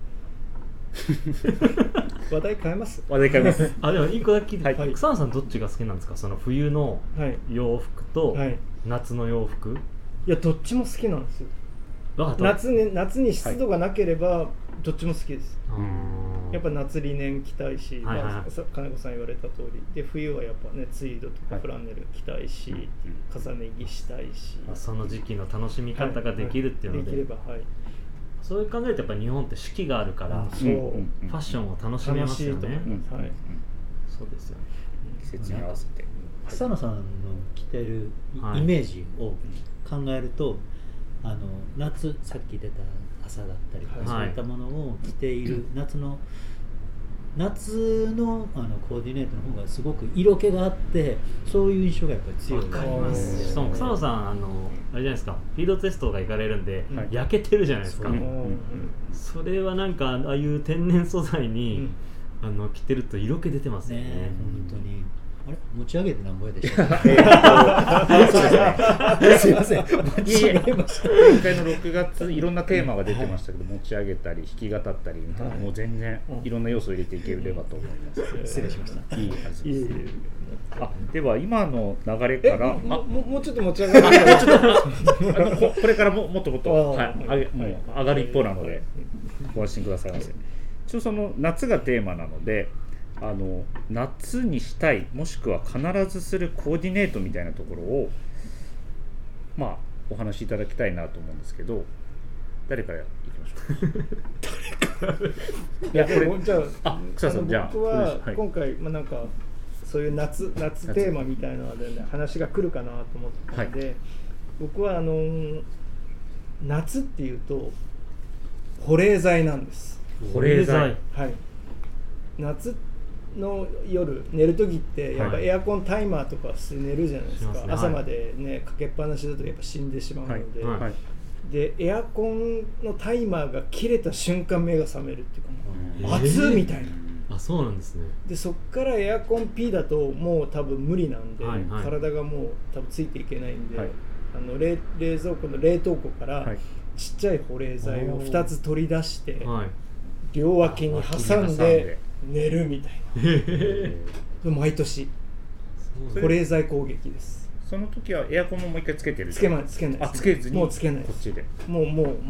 話題変えます。 でも一個だけ草野さんどっちが好きなんですか。その冬の洋服と夏の洋服。 いやどっちも好きなんですよ。夏に湿度がなければどっちも好きです。やっぱ夏リネン着たいし、金子さん言われた通りで、冬はやっぱねツイードとかフランネル着たいし、重ね着したいし、 その時期の楽しみ方ができるっていうので、 できればそういう考えるとやっぱ日本って四季があるから、ファッションを楽しめますよね。そうですよね。 季節に合わせて草野さんの着てるイメージを考えると、夏さっき出た朝だったりとか、そういったものを着ている夏のコーディネートの方がすごく色気があって、そういう印象がやっぱり強い。 わかります。草野さんあれじゃないですか、フィールドテストが行かれるんで、焼けてるじゃないですか。それはなんかああいう天然素材に着てると色気出てますよね。 本当に。あれ持ち上げて何ぼやでしたっけ。すいません、間違えました。 今回の6月いろんなテーマが出てましたけど、持ち上げたり弾き語ったりみたいな、もう全然いろんな要素を入れていければと思います。 失礼しました。 いいはずです。では今の流れからもうちょっと持ち上がるこれからもっともっともう上がる一方なのでご安心くださいませ。その夏がテーマなので、夏にしたい、もしくは必ずするコーディネートみたいなところをまあお話しいただきたいなと思うんですけど、誰からいきましょう誰からいやこれじゃあ草さんじゃあ僕は今回、なんかそういう夏テーマみたいなので、ね、話が来るかなと思ったので、僕は夏っていうと保冷剤なんです。 保冷剤、 はい、夏の夜寝る時ってやっぱエアコンタイマーとかして寝るじゃないですか、朝までねかけっぱなしだとやっぱ死んでしまうので、でエアコンのタイマーが切れた瞬間目が覚めるっていうか、熱っみたいな。 あ、そうなんですね。 でそっからエアコン P だともう多分無理なんで、体がもう多分ついていけないんで、冷蔵庫の冷凍庫からちっちゃい保冷剤を2つ取り出して、両脇に挟んで寝るみたいな毎年保冷剤攻撃です。 その時はエアコンももう一回つけてる？ つけない、 つけずにもうつけない、 こっちでもう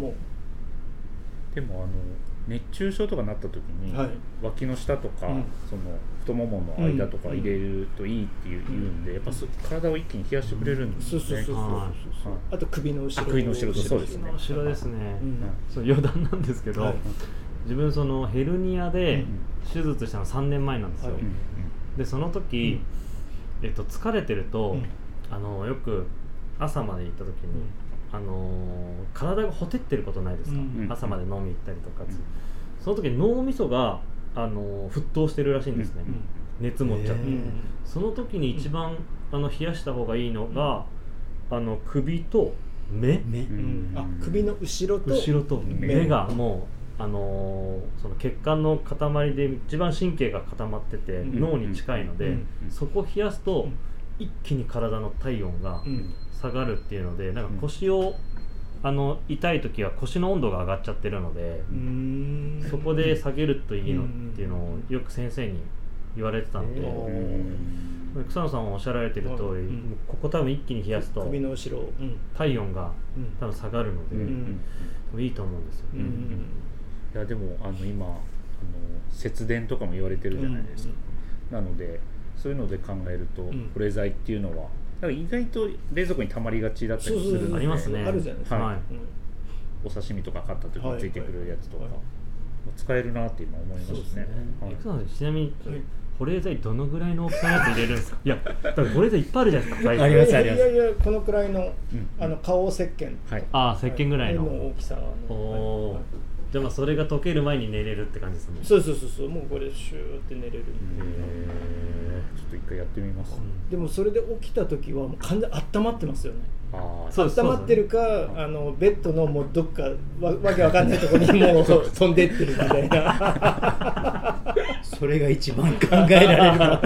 でも熱中症とかなった時に、脇の下とか、その太ももの間とか入れるといいって言うんで、やっぱ体を一気に冷やしてくれるんですね。 あと首の後ろ、 そうですね。 後ろですね。余談なんですけど、自分そのヘルニアで手術したの3年前なんですよ。でその時、疲れてると、よく朝まで行った時に、体がほてってることないですか、朝まで飲み行ったりとか、その時に脳みそが沸騰してるらしいんですね、熱持っちゃって、その時に一番冷やした方がいいのが、首と目、 首の後ろと目がもうその血管の塊で一番神経が固まってて、脳に近いので、そこを冷やすと一気に体の体温が下がるっていうので、なんか腰を痛い時は腰の温度が上がっちゃってるので、そこで下げるといいのっていうのをよく先生に言われてたので、草野さんもおっしゃられてる通り、ここ多分一気に冷やすと首の後ろ体温が多分下がるので、いいと思うんですよ。 いやでも今節電とかも言われてるじゃないですか、なのでそういうので考えると、保冷剤っていうのは意外と冷蔵庫に溜まりがちだったりするので、 ありますね。 あるじゃないですか。 お刺身とか買った時についてくるやつとか、使えるなって今思いますね。 ちなみに保冷剤どのぐらいの大きさのやつ入れるんですか？いや、だから保冷剤いっぱいあるじゃないですか。 ありますあります。 いやこのくらいの顔石鹸、 石鹸ぐらいの大きさの。 じゃあそれが溶ける前に寝れるって感じですね。 そうもうこれでシューって寝れる。 ちょっと一回やってみます。 でもそれで起きた時はもう完全に温まってますよね。 温まってるか、ベッドのもうどっかわけわかんないところにもう飛んでってるみたいな。 それが一番考えら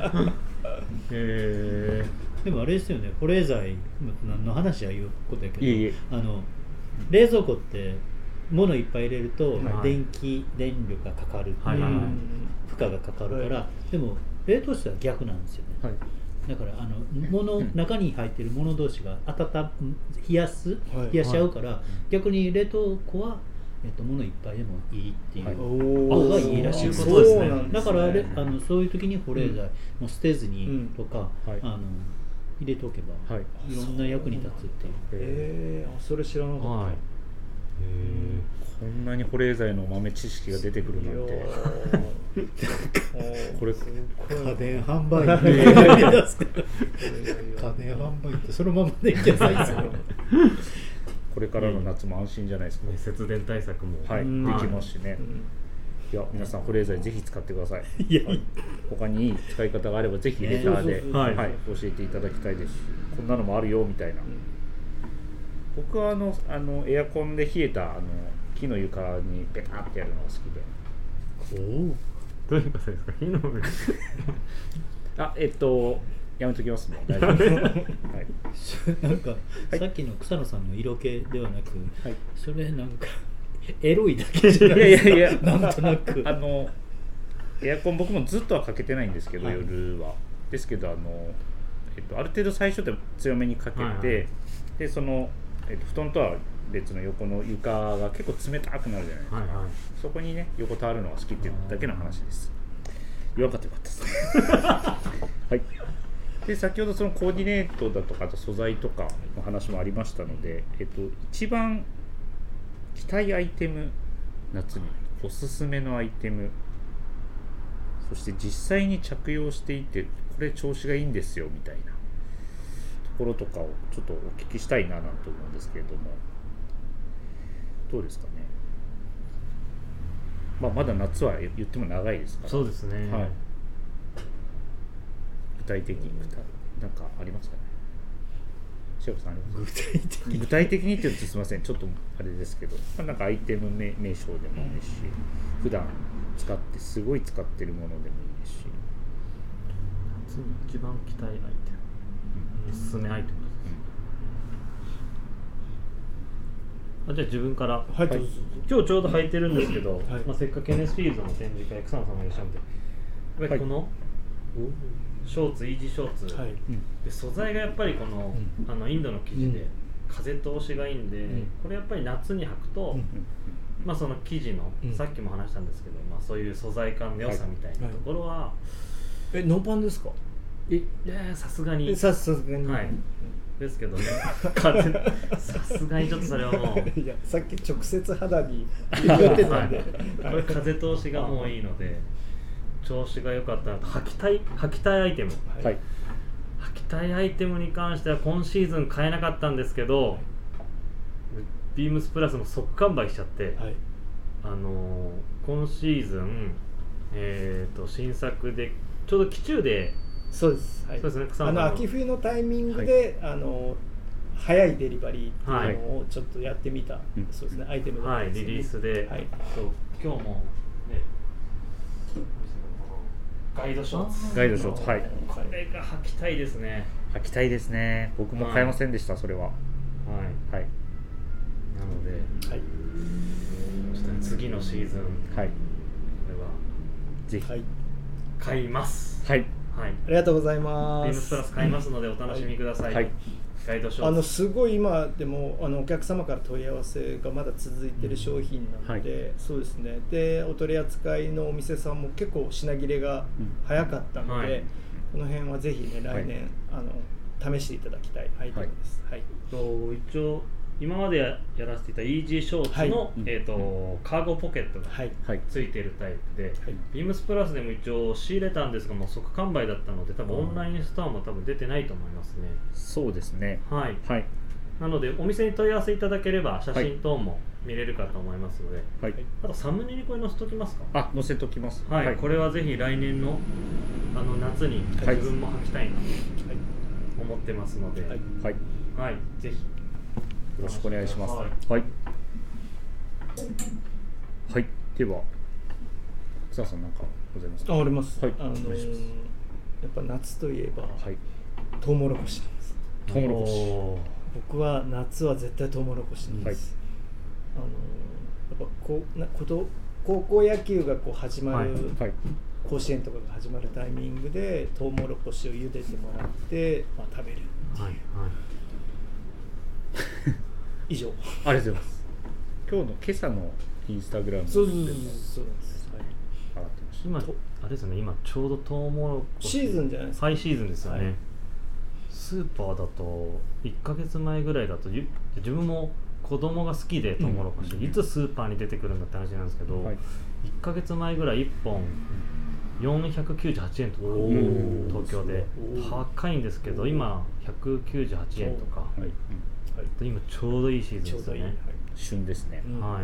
れる。でもあれですよね、保冷剤何の話は言うことやけど、冷蔵庫って物いっぱい入れると電力がかかるっていう負荷がかかるから、でも冷凍室は逆なんですよね。だから中に入っているもの同士が冷やし合うから、逆に冷凍庫は物いっぱいでもいいっていう方がいいらしいです。だからそういう時に保冷剤も捨てずにとか入れておけばいろんな役に立つっていう。 それ知らなかった。 こんなに保冷剤の豆知識が出てくるなんて。これ家電販売家電販売ってそのままでいけないですよ。 これからの夏も安心じゃないですか。 節電対策もできますしね。いや皆さん保冷剤ぜひ使ってください。他にいい使い方があればぜひレターで教えていただきたいですし、こんなのもあるよみたいな。僕はエアコンで冷えた木の床にペタってやるのが好きで。 どういうことですか？火の上やめときますね。大丈夫です。 なんかさっきの草野さんの色気ではなく、それなんかエロいだけじゃないですか。いやなんとなくエアコン僕もずっとはかけてないんですけど、夜はですけどある程度最初で強めにかけて、でその布団とは別の横の床が結構冷たくなるじゃないですか、そこにね横たわるのが好きっていうだけの話です。弱かったよかったです。はいで先ほどそのコーディネートだとかあと素材とかの話もありましたので、一番着たいアイテム、夏におすすめのアイテム、そして実際に着用していてこれ調子がいいんですよみたいなところとかをちょっとお聞きしたいななんて思うんですけれども、どうですかね。まだ夏は言っても長いですから。 そうですね、 はい、具体的になんかありますかね。シェフさんありますか。具体的にって言うとすみません、ちょっとあれですけど、なんかアイテム名称でもいいですし、普段すごい使ってるものでもいいですし、 夏に一番着たいアイテム、おすすめアイテムです。じゃあ自分から、 はい、 今日ちょうど履いてるんですけど、 はいせっかくケネスフィールドの展示会、草野さんがいらっしゃるんで、やっぱりこのショーツ、イージーショーツ、 はい、 で素材がやっぱりこの、インドの生地で風通しがいいんで、これやっぱり夏に履くと、その生地の、さっきも話したんですけど、そういう素材感の良さみたいなところは、 ノーパンですか。 さすがにさすがに、 はいですけどね、さすがにちょっとそれはもういやさっき直接肌に言ってたんで、 これ風通しがもういいので調子が良かったなと。履きたいアイテム、 はい、 履きたいアイテムに関しては今シーズン買えなかったんですけど、ビームスプラスも即完売しちゃって、 はい、 今シーズン、新作でちょうど期中で、 そうです、はい、 そうですね、草野さんの秋冬のタイミングで、早いデリバリーっていうのをちょっとやってみた、そうですね、アイテムだったんですよね、リリースで、そう今日もね、ガイドショーツ、はい、これが履きたいですね。 履きたいですね。僕も買えませんでした、それは。はい、 なので、ちょっと次のシーズン、これはぜひ買います。 はい、 ありがとうございます。 ビームスプラス買いますのでお楽しみください。ガイドショーツ、 すごい今でもお客様から問い合わせがまだ続いている商品なので、そうですね。でお取り扱いのお店さんも結構品切れが早かったので、この辺はぜひね来年、試していただきたいアイテムです。 一応今までやらせていたイージーショーツの、カーゴポケットがついているタイプで、ビームスプラスでも一応仕入れたんですが、もう即完売だったので多分オンラインストアも多分出てないと思いますね。 そうですね。 なのでお店に問い合わせいただければ写真等も見れるかと思いますので、あとサムネにこれ載せておきますか。 載せておきます。 これはぜひ来年の夏に自分も履きたいなと思ってますので、ぜひよろしくお願いします。では草さん何かございますか。 あります。やっぱ夏といえば、トウモロコシなんです。 トウモロコシ。 僕は夏は絶対トウモロコシなんです。やっぱ高校野球が始まる、甲子園とかが始まるタイミングでトウモロコシを茹でてもらって、食べるっていう。以上。 ありがとうございます。今朝のインスタグラムでそうです。 上がってました。 今あれですね、今ちょうどトウモロコシシーズンじゃないですか。 ハイシーズンですよね。スーパーだと1ヶ月前ぐらいだと自分も子供が好きでトウモロコシ、いつスーパーに出てくるんだって話なんですけど、1ヶ月前ぐらい1本498円とか東京で高いんですけど、今198円とか、今ちょうどいいシーズンですよね。 旬ですね。甘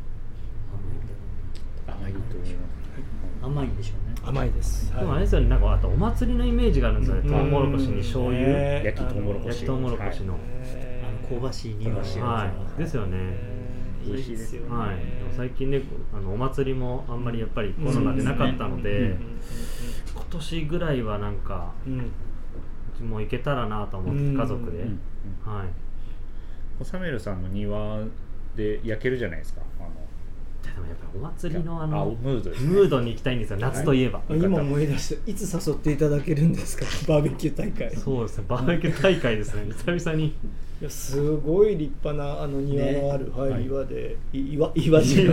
いと思います。 甘いんでしょうね。 甘いです。 でもあれですよね、なんかあとお祭りのイメージがあるんですよね。トウモロコシに醤油、 焼きトウモロコシの香ばしい匂いですよね。 美味しいですよね。 最近ね、お祭りもあんまりやっぱりコロナでなかったので、今年ぐらいはなんかうちも行けたらなと思って家族で。 サメルさんの庭で焼けるじゃないですか。 でもやっぱりお祭りのムードですね、 ムードに行きたいんですよ、夏といえば。 今思い出して、いつ誘っていただけるんですか、バーベキュー大会。 そうですね、バーベキュー大会ですね、久々に。 いや、すごい立派な庭のある、岩で、岩の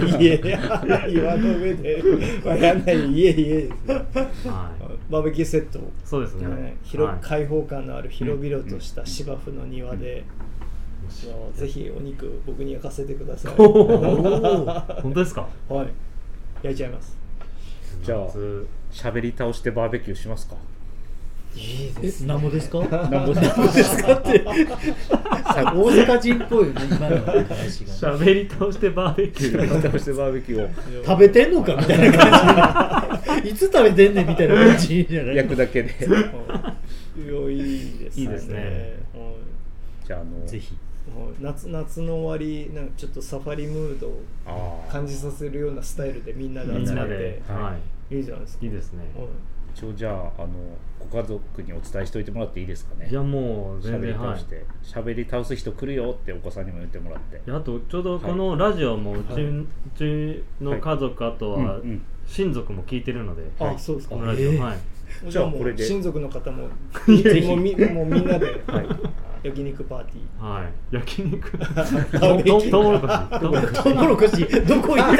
上でやんない家ですね。バーベキューセットを、 そうですね、 開放感のある広々とした芝生の庭で、ぜひお肉僕に焼かせてください。 本当ですか？ はい、焼いちゃいます。 じゃあ喋り倒してバーベキューしますか？ いいですね。 なんぼですか？ なんぼですかって大阪人っぽいよね、今の話が。 喋り倒してバーベキュー。 喋り倒してバーベキューを食べてんのかみたいな感じ。いつ食べてんねんみたいな感じじゃない。 焼くだけで。 いいですね。 いいですね。 じゃあぜひ。 夏の終わり、なんかちょっとサファリムードを感じさせるようなスタイルでみんなで集めて、いいじゃないですか。 いいですね。 一応じゃあご家族にお伝えしておいてもらっていいですかね。 いや、もう全然喋り倒す人来るよってお子さんにも言ってもらって。 あとちょうどこのラジオもうちの家族、あとは親族も聞いてるので。 あ、そうですか。 このラジオ、 じゃあこれで親族の方ももうみんなで焼肉パーティー。 はい。焼肉。 トウモロコシどこ行った？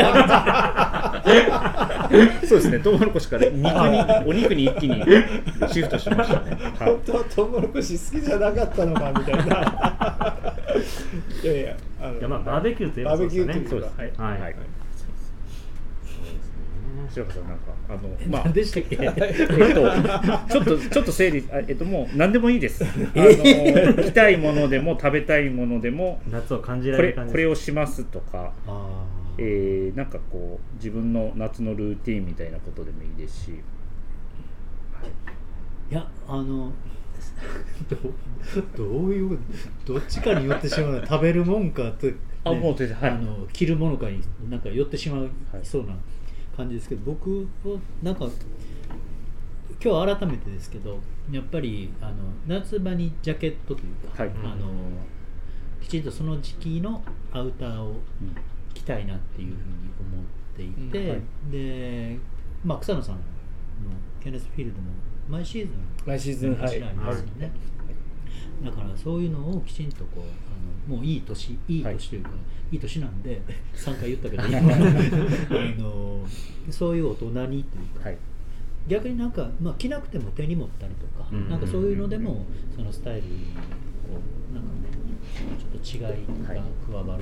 そうですね。トウモロコシからお肉に一気にシフトしましたね。 本当はトウモロコシ好きじゃなかったのかみたいな。いやいや、 まあバーベキューといえばそうですね。 そうです。はい。白川さん、なんか何でしたっけ？ ちょっと整理、もう何でもいいです。着たいものでも食べたいものでも、 夏を感じられる感じ。 これをしますとか、なんかこう自分の夏のルーティーンみたいなことでもいいですし、 いやどういうどっちかに寄ってしまうの、食べるもんかと、 もう着るものかになんか寄ってしまいそうな感じですけど、僕はなんか今日改めてですけど、やっぱり夏場にジャケットというか、きちんとその時期のアウターを着たいなっていうふうに思っていて、で、草野さんのケネスフィールドも毎シーズン走られますよね。だからそういうのをきちんとこうもういい年というか、いい年なんで3回言ったけどそういう大人にというか、逆になんか、着なくても手に持ったりとか、なんかそういうのでもそのスタイルにこうなんかね、ちょっと違いが加わるというか、なのかなと思って、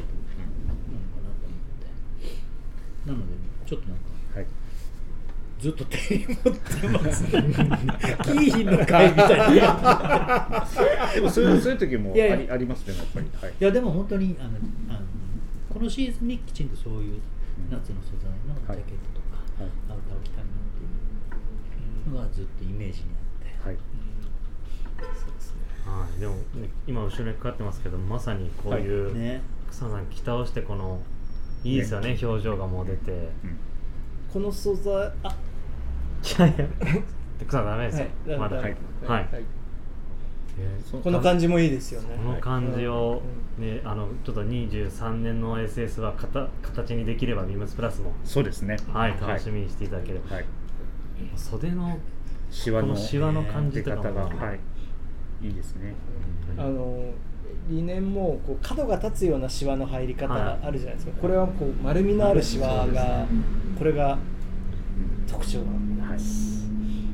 なのでちょっとなんか、ずっと手に持ってますね。キーヒンの会みたいな。 でもそういう時もありますね、やっぱり。 いやでも本当にこのシーズンにきちんとそういう夏の素材のジャケットとかアウターを着たいなっていうのがずっとイメージにあって。 そうですね。 でも今後ろにかかってますけど、まさにこういう草さん着倒してこのいいですよね、表情がもう出て。 この素材いや草ダメですよ、まだ。 この感じもいいですよね。 この感じをね、ちょっと23年の SS は形にできればビームスプラスもそうですね。 楽しみにしていただければ。袖のシワの感じとかもいいですね。 理念もこう角が立つようなシワの入り方あるじゃないですか。これはこう丸みのあるシワが、これが特徴なんです。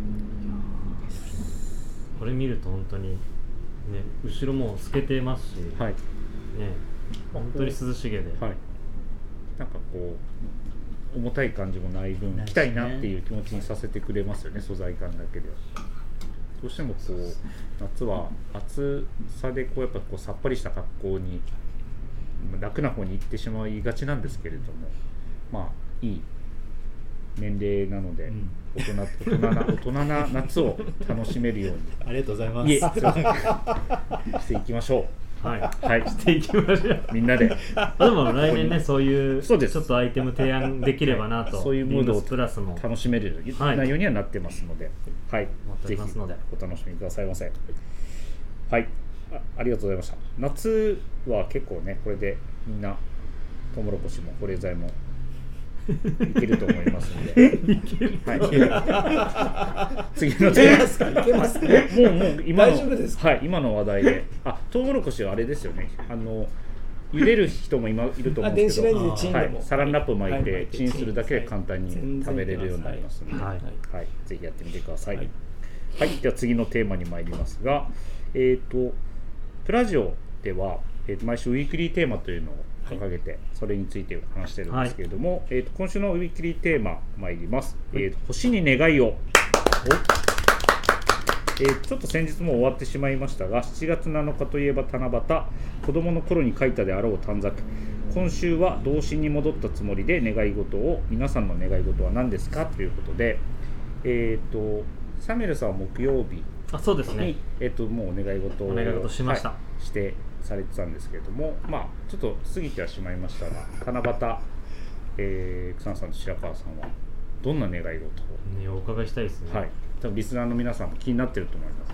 これ見ると本当にね、後ろも透けてますし、ね、本当に涼しげで、 なんかこう重たい感じもない分、着たいなっていう気持ちにさせてくれますよね、素材感だけでは。どうしてもこう夏は暑さでこうやっぱこうさっぱりした格好に楽な方に行ってしまいがちなんですけれども、いい年齢なので、大人な夏を楽しめるようにありがとうございます。 していきましょう。 していきましょう。 みんなで。 でも来年ね、そういうちょっとアイテム提案できればなと、 そういうムードをプラスも楽しめる内容にはなってますので、ぜひお楽しみくださいませ。ありがとうございました。夏は結構ね、これでみんなトウモロコシも保冷剤もいけると思いますのではい、次のテーマいけますかもう今の大丈夫ですか、 はい、今の話題でトウモロコシはあれですよね、茹でる人も今いると思うんですけど、 電子レンジでチンでも、 はい、サランラップ巻いて、 はい、 チンするだけで簡単に食べれるようになりますので、 はいはい、ぜひやってみてください。はい、はい、では次のテーマに参りますが、プラジオでは、毎週ウィークリーテーマというのを掲げて、それについて話してるんですけれども、今週のウィークリーテーマ参ります。星に願いを。ちょっと先日も終わってしまいましたが、7月7日といえば七夕、子供の頃に書いたであろう短冊。今週は童心に戻ったつもりで願い事を、皆さんの願い事は何ですかということで、サミュエルさんは木曜日にそうですね、 もうお願い事をしました、 してされてたんですけれども、ちょっと過ぎてはしまいましたが、七夕、草野さんと白川さんはどんな願い事を、 お伺いしたいですね。 はい、多分リスナーの皆さんも気になってると思います。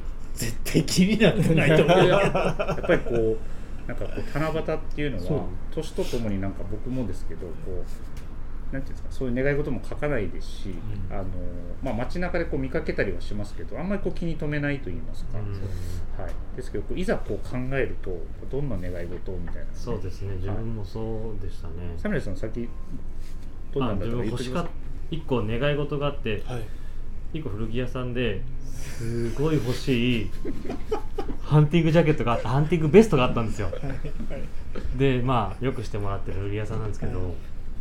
絶対気になってないと思うやっぱりこうなんかこう七夕っていうのは年とともになんか僕もですけど、こうなんていうんですか、そういう願い事も書かないですし、街中でこう見かけたりはしますけど、あんまりこう気に留めないと言いますか、はい、ですけどいざこう考えるとどんな願い事みたいな、ね、 そうですね、自分もそうでしたね。 サミュエルさん先どんなんだったか言ってください。 1個願い事があって、はい、1個古着屋さんですごい欲しいハンティングジャケットがあったハンティングベストがあったんですよ。でよくしてもらってる古着屋さんなんですけど、も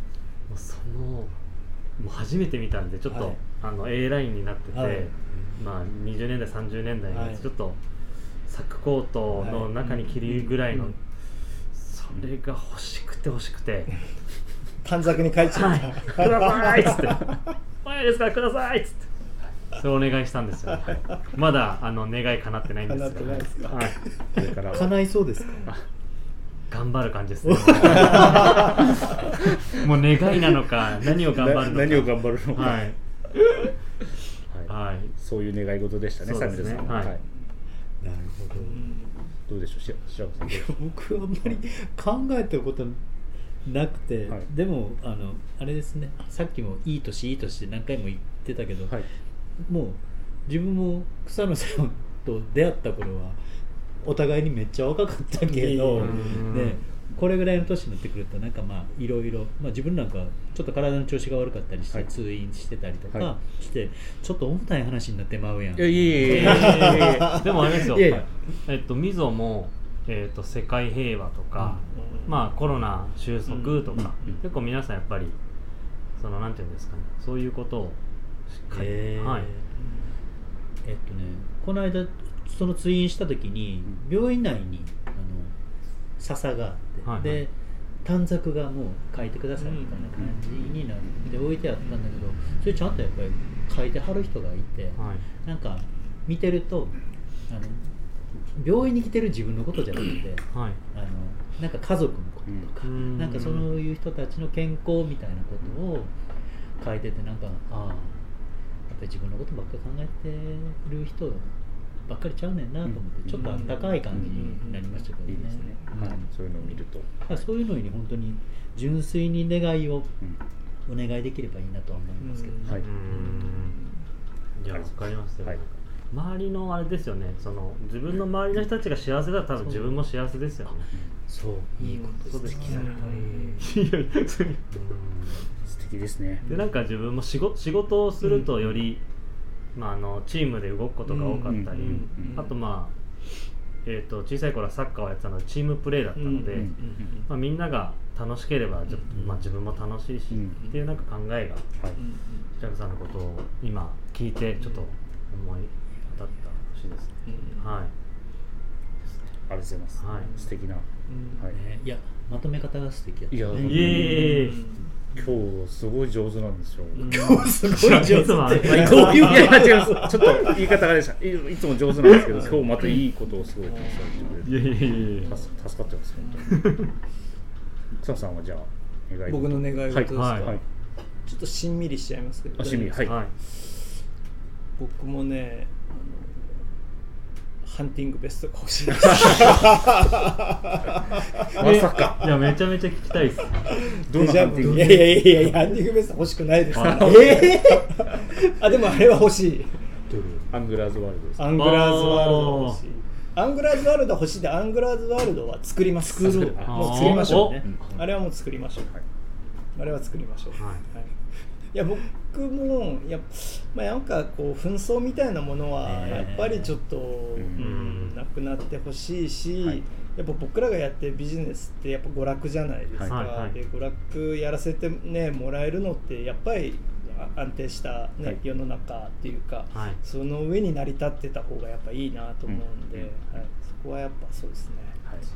う初めて見たんでちょっと、A ラインになってて、20年代30年代にちょっとサックコートの中に着るぐらいの、それが欲しくて短冊に書いちゃった、 くださいっつって前ですからくださいっつってそれお願いしたんですよ。まだ願い叶ってないんですが、 叶ってないですか。 はい、 これから叶いそうですか。頑張る感じですね。もう願いなのか何を頑張るのか、 何を頑張るのか、 はいはい、そういう願い事でしたね、サミュエルさんは。 なるほど。 どうでしょう、白川さん。 僕はあんまり考えたことなくて、でもあれですね、さっきもいい年って何回も言ってたけど、もう自分も草野さんと出会った頃はお互いにめっちゃ若かったけど、ね、これぐらいの年になってくるとなんかいろいろ、自分なんかちょっと体の調子が悪かったりして通院してたりとかして、ちょっと重たい話になってまうやん。 でもあれですよ、みぞも世界平和とか、コロナ収束とか、結構皆さんやっぱりなんていうんですかね、そういうことをしっかり、 この間その通院した時に病院内に笹があって、で短冊がもう書いてくださいみたいな感じになって置いてあったんだけど、それちゃんとやっぱり書いてはる人がいて、なんか見てると病院に来てる自分のことじゃなくて、なんか家族のこととか、なんかそういう人たちの健康みたいなことを書いてて、なんかやっぱり自分のことばっかり考えてる人ばっかりちゃうねんなと思って、ちょっとあったかい感じになりましたけどね。いいですね。 そういうのを見ると、 そういうのに本当に純粋に願いをお願いできればいいなとは思いますけどね。 いや、わかりますよ。周りのあれですよね、自分の周りの人たちが幸せだったら多分自分も幸せですよね。 そう、いいことですね。 素敵ですね。 でなんか自分も仕事をするとより、チームで動くことが多かったり、あと小さい頃はサッカーをやってたのでチームプレーだったので、みんなが楽しければ自分も楽しいし、っていうなんか考えが、白川さんのことを今聞いてちょっと思い当たった節ですね。はい。 ありがとうございます。素敵な。 いや、まとめ方が素敵だった。 いや、今日すごい上手なんですよ。 今日すごい上手。 いや違う、ちょっと言い方がでした。いつも上手なんですけど、今日またいいことをすごいたくさん言ってくれて、助かってます本当に。草野さんはじゃあ願い事。 僕の願い事ですか。ちょっとしんみりしちゃいますけど。 しんみり、はい。 僕もね、 ハンティングベストが欲しいですまさか。 いやめちゃめちゃ聞きたいです。 どんなハンティング？ いやハンティングベスト欲しくないですからあでもあれは欲しい。 アングラーズワールドですか？ アングラーズワールド欲しい。アングラーズワールド欲しいで、アングラーズワールドは作ります。もう作りましょうね。あれはもう作りましょう。あれは作りましょう。いや僕もなんかこう紛争みたいなものはやっぱりちょっと、なくなってほしいし、やっぱ僕らがやってるビジネスってやっぱ娯楽じゃないですか。で娯楽やらせてねもらえるのってやっぱり安定した、ね世の中っていうか、その上に成り立ってた方がやっぱいいなと思うんで、そこはやっぱそうですね。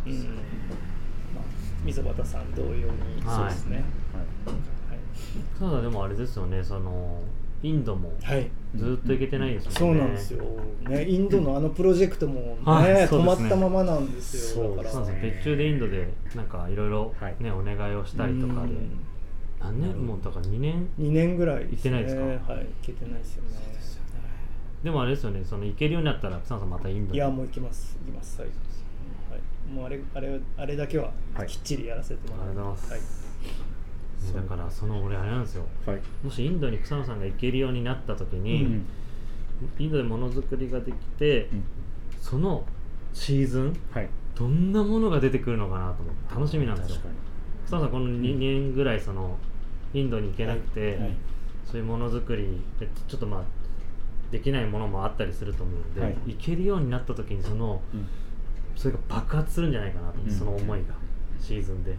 溝端さん同様にそうですね。 ただでもあれですよね、そのインドもずっと行けてないですもんね。そうなんですよ、ね、インドのあのプロジェクトも、ね止まったままなんですよ。だから別注でインドでなんかいろいろねお願いをしたりとかで何年もだから2年ぐらい行ってないですか？ はい、行けてないですよね。 でもあれですよね、その行けるようになったら草野さんまたインドに。 いやもう行きますはい、もうあれだけはきっちりやらせてもらいます。 だからその俺あれなんですよ、もしインドに草野さんが行けるようになった時に、インドでものづくりができて、そのシーズン、どんなものが出てくるのかなと思って楽しみなんですよ。草野さんこの2年ぐらいそのインドに行けなくて、そういうものづくりでちょっとできないものもあったりすると思うので、行けるようになった時にそれが爆発するんじゃないかなと、その思いがシーズンで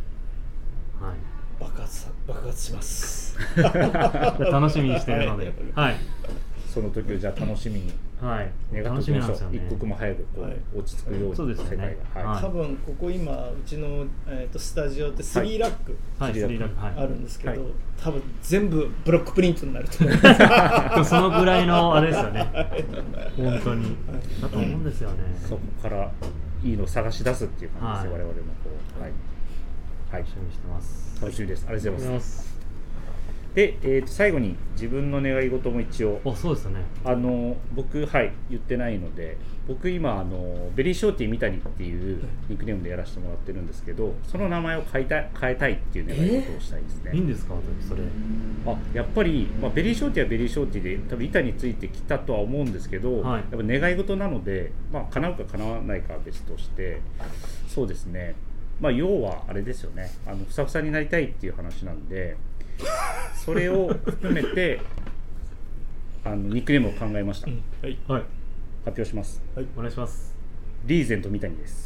爆発します楽しみにしてるので、 その時をじゃあ楽しみに願っておきましょう。一刻も早くこう落ち着くように世界が。 多分ここ今うちのスタジオって3ラックあるんですけど、多分全部ブロックプリントになると思います。 そのぐらいのあれですよね。本当にだと思うんですよね。 そこからいいのを探し出すっていう感じです。我々もこう楽しみにしてます。 楽しみです。ありがとうございます。で、最後に自分の願い事も一応そうですね。 僕言ってないので、僕今ベリーショーティー三谷っていうニックネームでやらせてもらってるんですけど、その名前を変えたいっていう願い事をしたいですね。 いいんですかそれ？ やっぱり、ベリーショーティーはベリーショーティーで多分板についてきたとは思うんですけど、やっぱ願い事なので、叶うか叶わないかは別として、そうですね。要はあれですよね。ふさふさになりたいっていう話なんで、それを含めてニックネームを考えました。発表します。 お願いします。 リーゼント三谷です。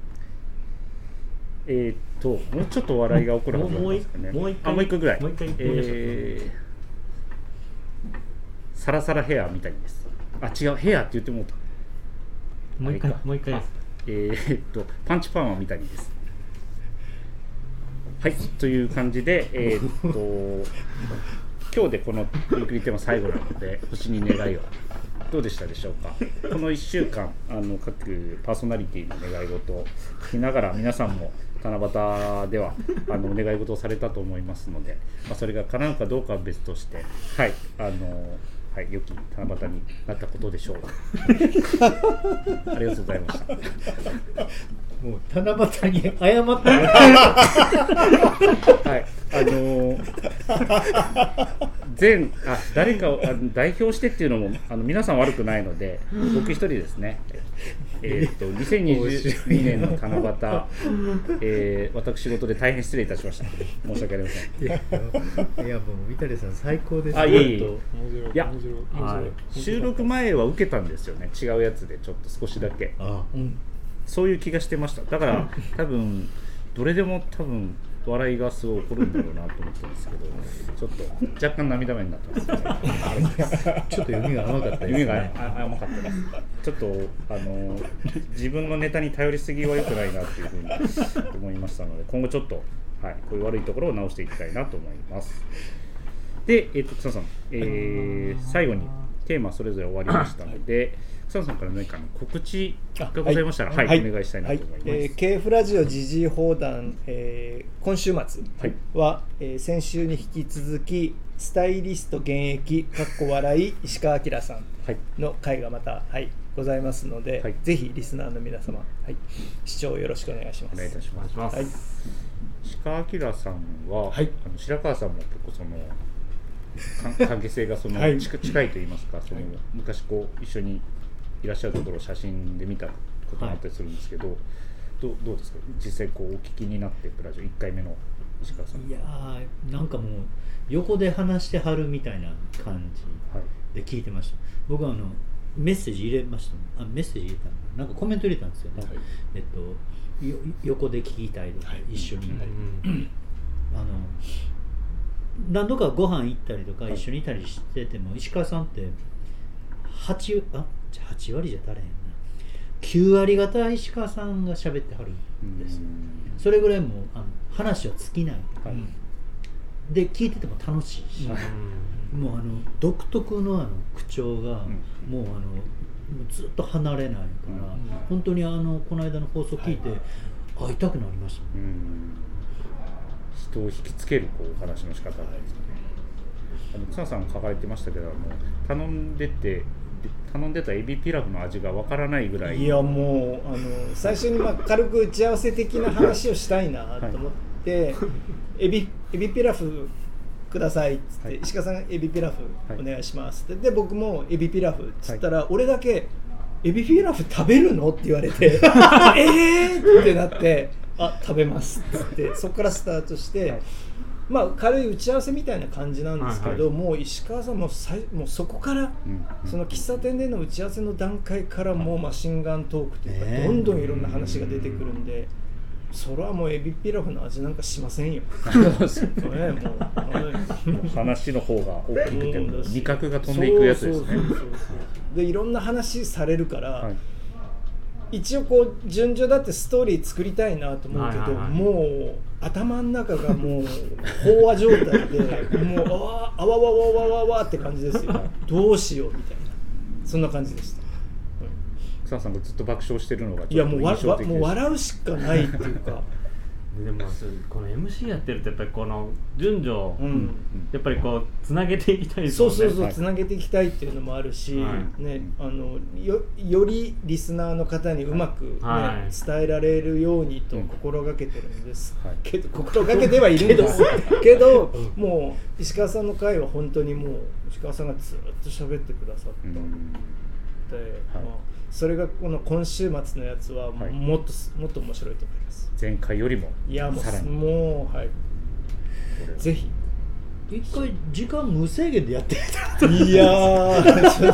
もうちょっと笑いが起こるはずなんですかね。もう一個ぐらい。サラサラヘア三谷です。違う、ヘアって言ってもうた。 もう一回です。 パンチパーマ三谷です。という感じで、今日でこのウィークリーテーマ最後なので、星に願いをどうでしたでしょうか。この1週間各パーソナリティの願い事を聞きながら、皆さんも七夕では願い事をされたと思いますので、それが叶うかどうかは別として、良き七夕になったことでしょう。ありがとうございました。 もう七夕に謝った誰かを代表してっていうのも皆さん悪くないので、僕一人ですね。2022年の七夕、私事で大変失礼いたしました。申し訳ありません。 いやもう三谷さん最高です。 収録前は受けたんですよね。違うやつでちょっと少しだけ。そういう気がしてました。だから多分どれでも笑いがすごい起こるんだろうなと思ったんですけど、ちょっと若干涙目になってますね。 ちょっと読みが甘かったですね。 読みが甘かったです。ちょっと自分のネタに頼りすぎは良くないなっていうふうに思いましたので、今後ちょっとこういう悪いところを直していきたいなと思います。で、草野さん、最後にテーマそれぞれ終わりましたので、草野さんから何か告知がございましたら、お願いしたいなと思います。 KF ラジオ時事放談、今週末は、先週に引き続きスタイリスト現役（笑い）石川明さんの会がまた、ごございますので、 はい、 ぜひリスナーの皆様、はい、視聴よろしくお願いします。 お願いいたします。 はい、 鹿明さんは、 はい、 白川さんも結構その関係性がその、はい、近いといいますか、その、はい、昔こう一緒にいらっしゃるところを写真で見たこともあったりするんですけど、はい、どうですか、実際こうお聞きになってプラジオ1回目の石川さん。 いやー、なんかもう横で話してはるみたいな感じで聞いてました。僕はメッセージ入れました。メッセージ入れたのなんかコメント入れたんですよね、はい、横で聞きたいとか、はい、一緒にいたり、何度かご飯行ったりとか、はい、一緒にいたりしてても石川さんって8割じゃ足れへんな、9割方石川さんが喋ってはるんですよ。それぐらいもう話は尽きない、はい、で聞いてても楽しいし、もう独特の口調がもうずっと離れないから、本当にこの間の放送聞いて会いたくなりました、ね。 人を引きつけるこうお話の仕方なんですかね。草野さん書かれてましたけど、頼んでたエビピラフの味がわからないぐらい。 いやもう最初に軽く打ち合わせ的な話をしたいなと思って、はい、エビピラフくださいっつって、はい、石川さんがエビピラフお願いしますって、はい、で僕もエビピラフっつったら、はい、俺だけエビピラフ食べるのって言われてってなって食べますっつってそこからスタートして、はい、軽い打ち合わせみたいな感じなんですけど、はいはい、もう石川さんもうそこから、その喫茶店での打ち合わせの段階からもうマシンガントークというか、どんどんいろんな話が出てくるんで、それはもうエビピラフの味なんかしませんよ。 話の方が大きくても味覚が飛んでいくやつですね。 でいろんな話されるから、はい、一応こう順序だってストーリー作りたいなと思うけど、もう頭の中がもう飽和状態でもうあわわわわわわって感じですよ。どうしようみたいな、そんな感じでした。 草野さんがずっと爆笑してるのがちょっと印象的でした。もう笑うしかないっていうかでもこの MC やってるとやっぱりこの順序、やっぱりこうつなげていきたいですよね。 そうつなげていきたいっていうのもあるし、ね、よりリスナーの方にうまく、ね、伝えられるようにと心がけてるんです、けど心がけてはいるんですけど、もう石川さんの回は本当にもう石川さんがずっと喋ってくださった、それがこの今週末のやつはもっと面白いと思います。 前回よりもさらにもうはいぜひ一回時間無制限でやってみたいやーちょっ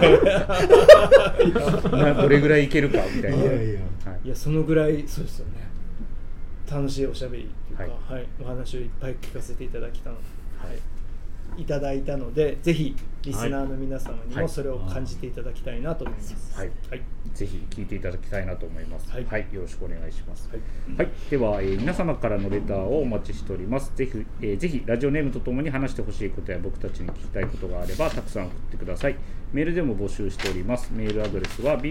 とねどれぐらいいけるかみたいな。 いやそのぐらいそうですよね。楽しいおしゃべりというか、お話をいっぱい聞かせていただきたので、いただいたので、ぜひリスナーの皆様にもそれを感じていただきたいなと思います。 ぜひ聞いていただきたいなと思います。よろしくお願いします。では、皆様からのレターをお待ちしております。ぜひラジオネームとともに話してほしいことや僕たちに聞きたいことがあればたくさん送ってください。メールでも募集しております。メールアドレスは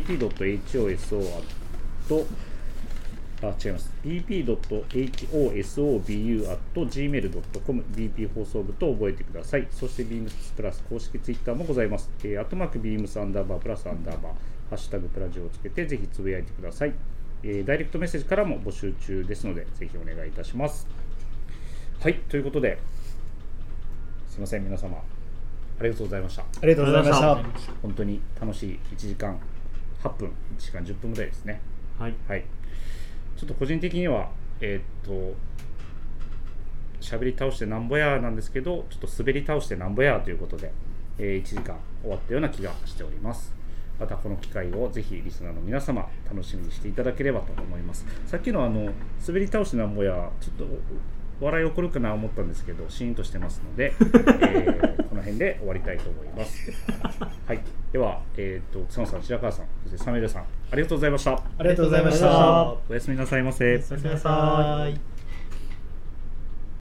bp.hosobu@gmail.com BP 放送部と覚えてください。そして beams プラス公式ツイッターもございます。@beams_+_ハッシュタグプラジオをつけてぜひつぶやいてください。ダイレクトメッセージからも募集中ですのでぜひお願いいたします。はい、ということですいません皆様ありがとうございました。 ありがとうございました。 本当に楽しい1時間8分1時間10分ぐらいですね。はい、ちょっと個人的には喋り倒してなんぼやなんですけど、ちょっと滑り倒してなんぼやということで、1時間終わったような気がしております。またこの機会をぜひリスナーの皆様楽しみにしていただければと思います。さっきの滑り倒してなんぼやちょっと笑い起こるかな思ったんですけどシーンとしてますので、この辺で終わりたいと思います。はい、では、草野さん、白川さん、そしてサメルさんありがとうございました。 ありがとうございました。 おやすみなさいませ。 おやすみなさい。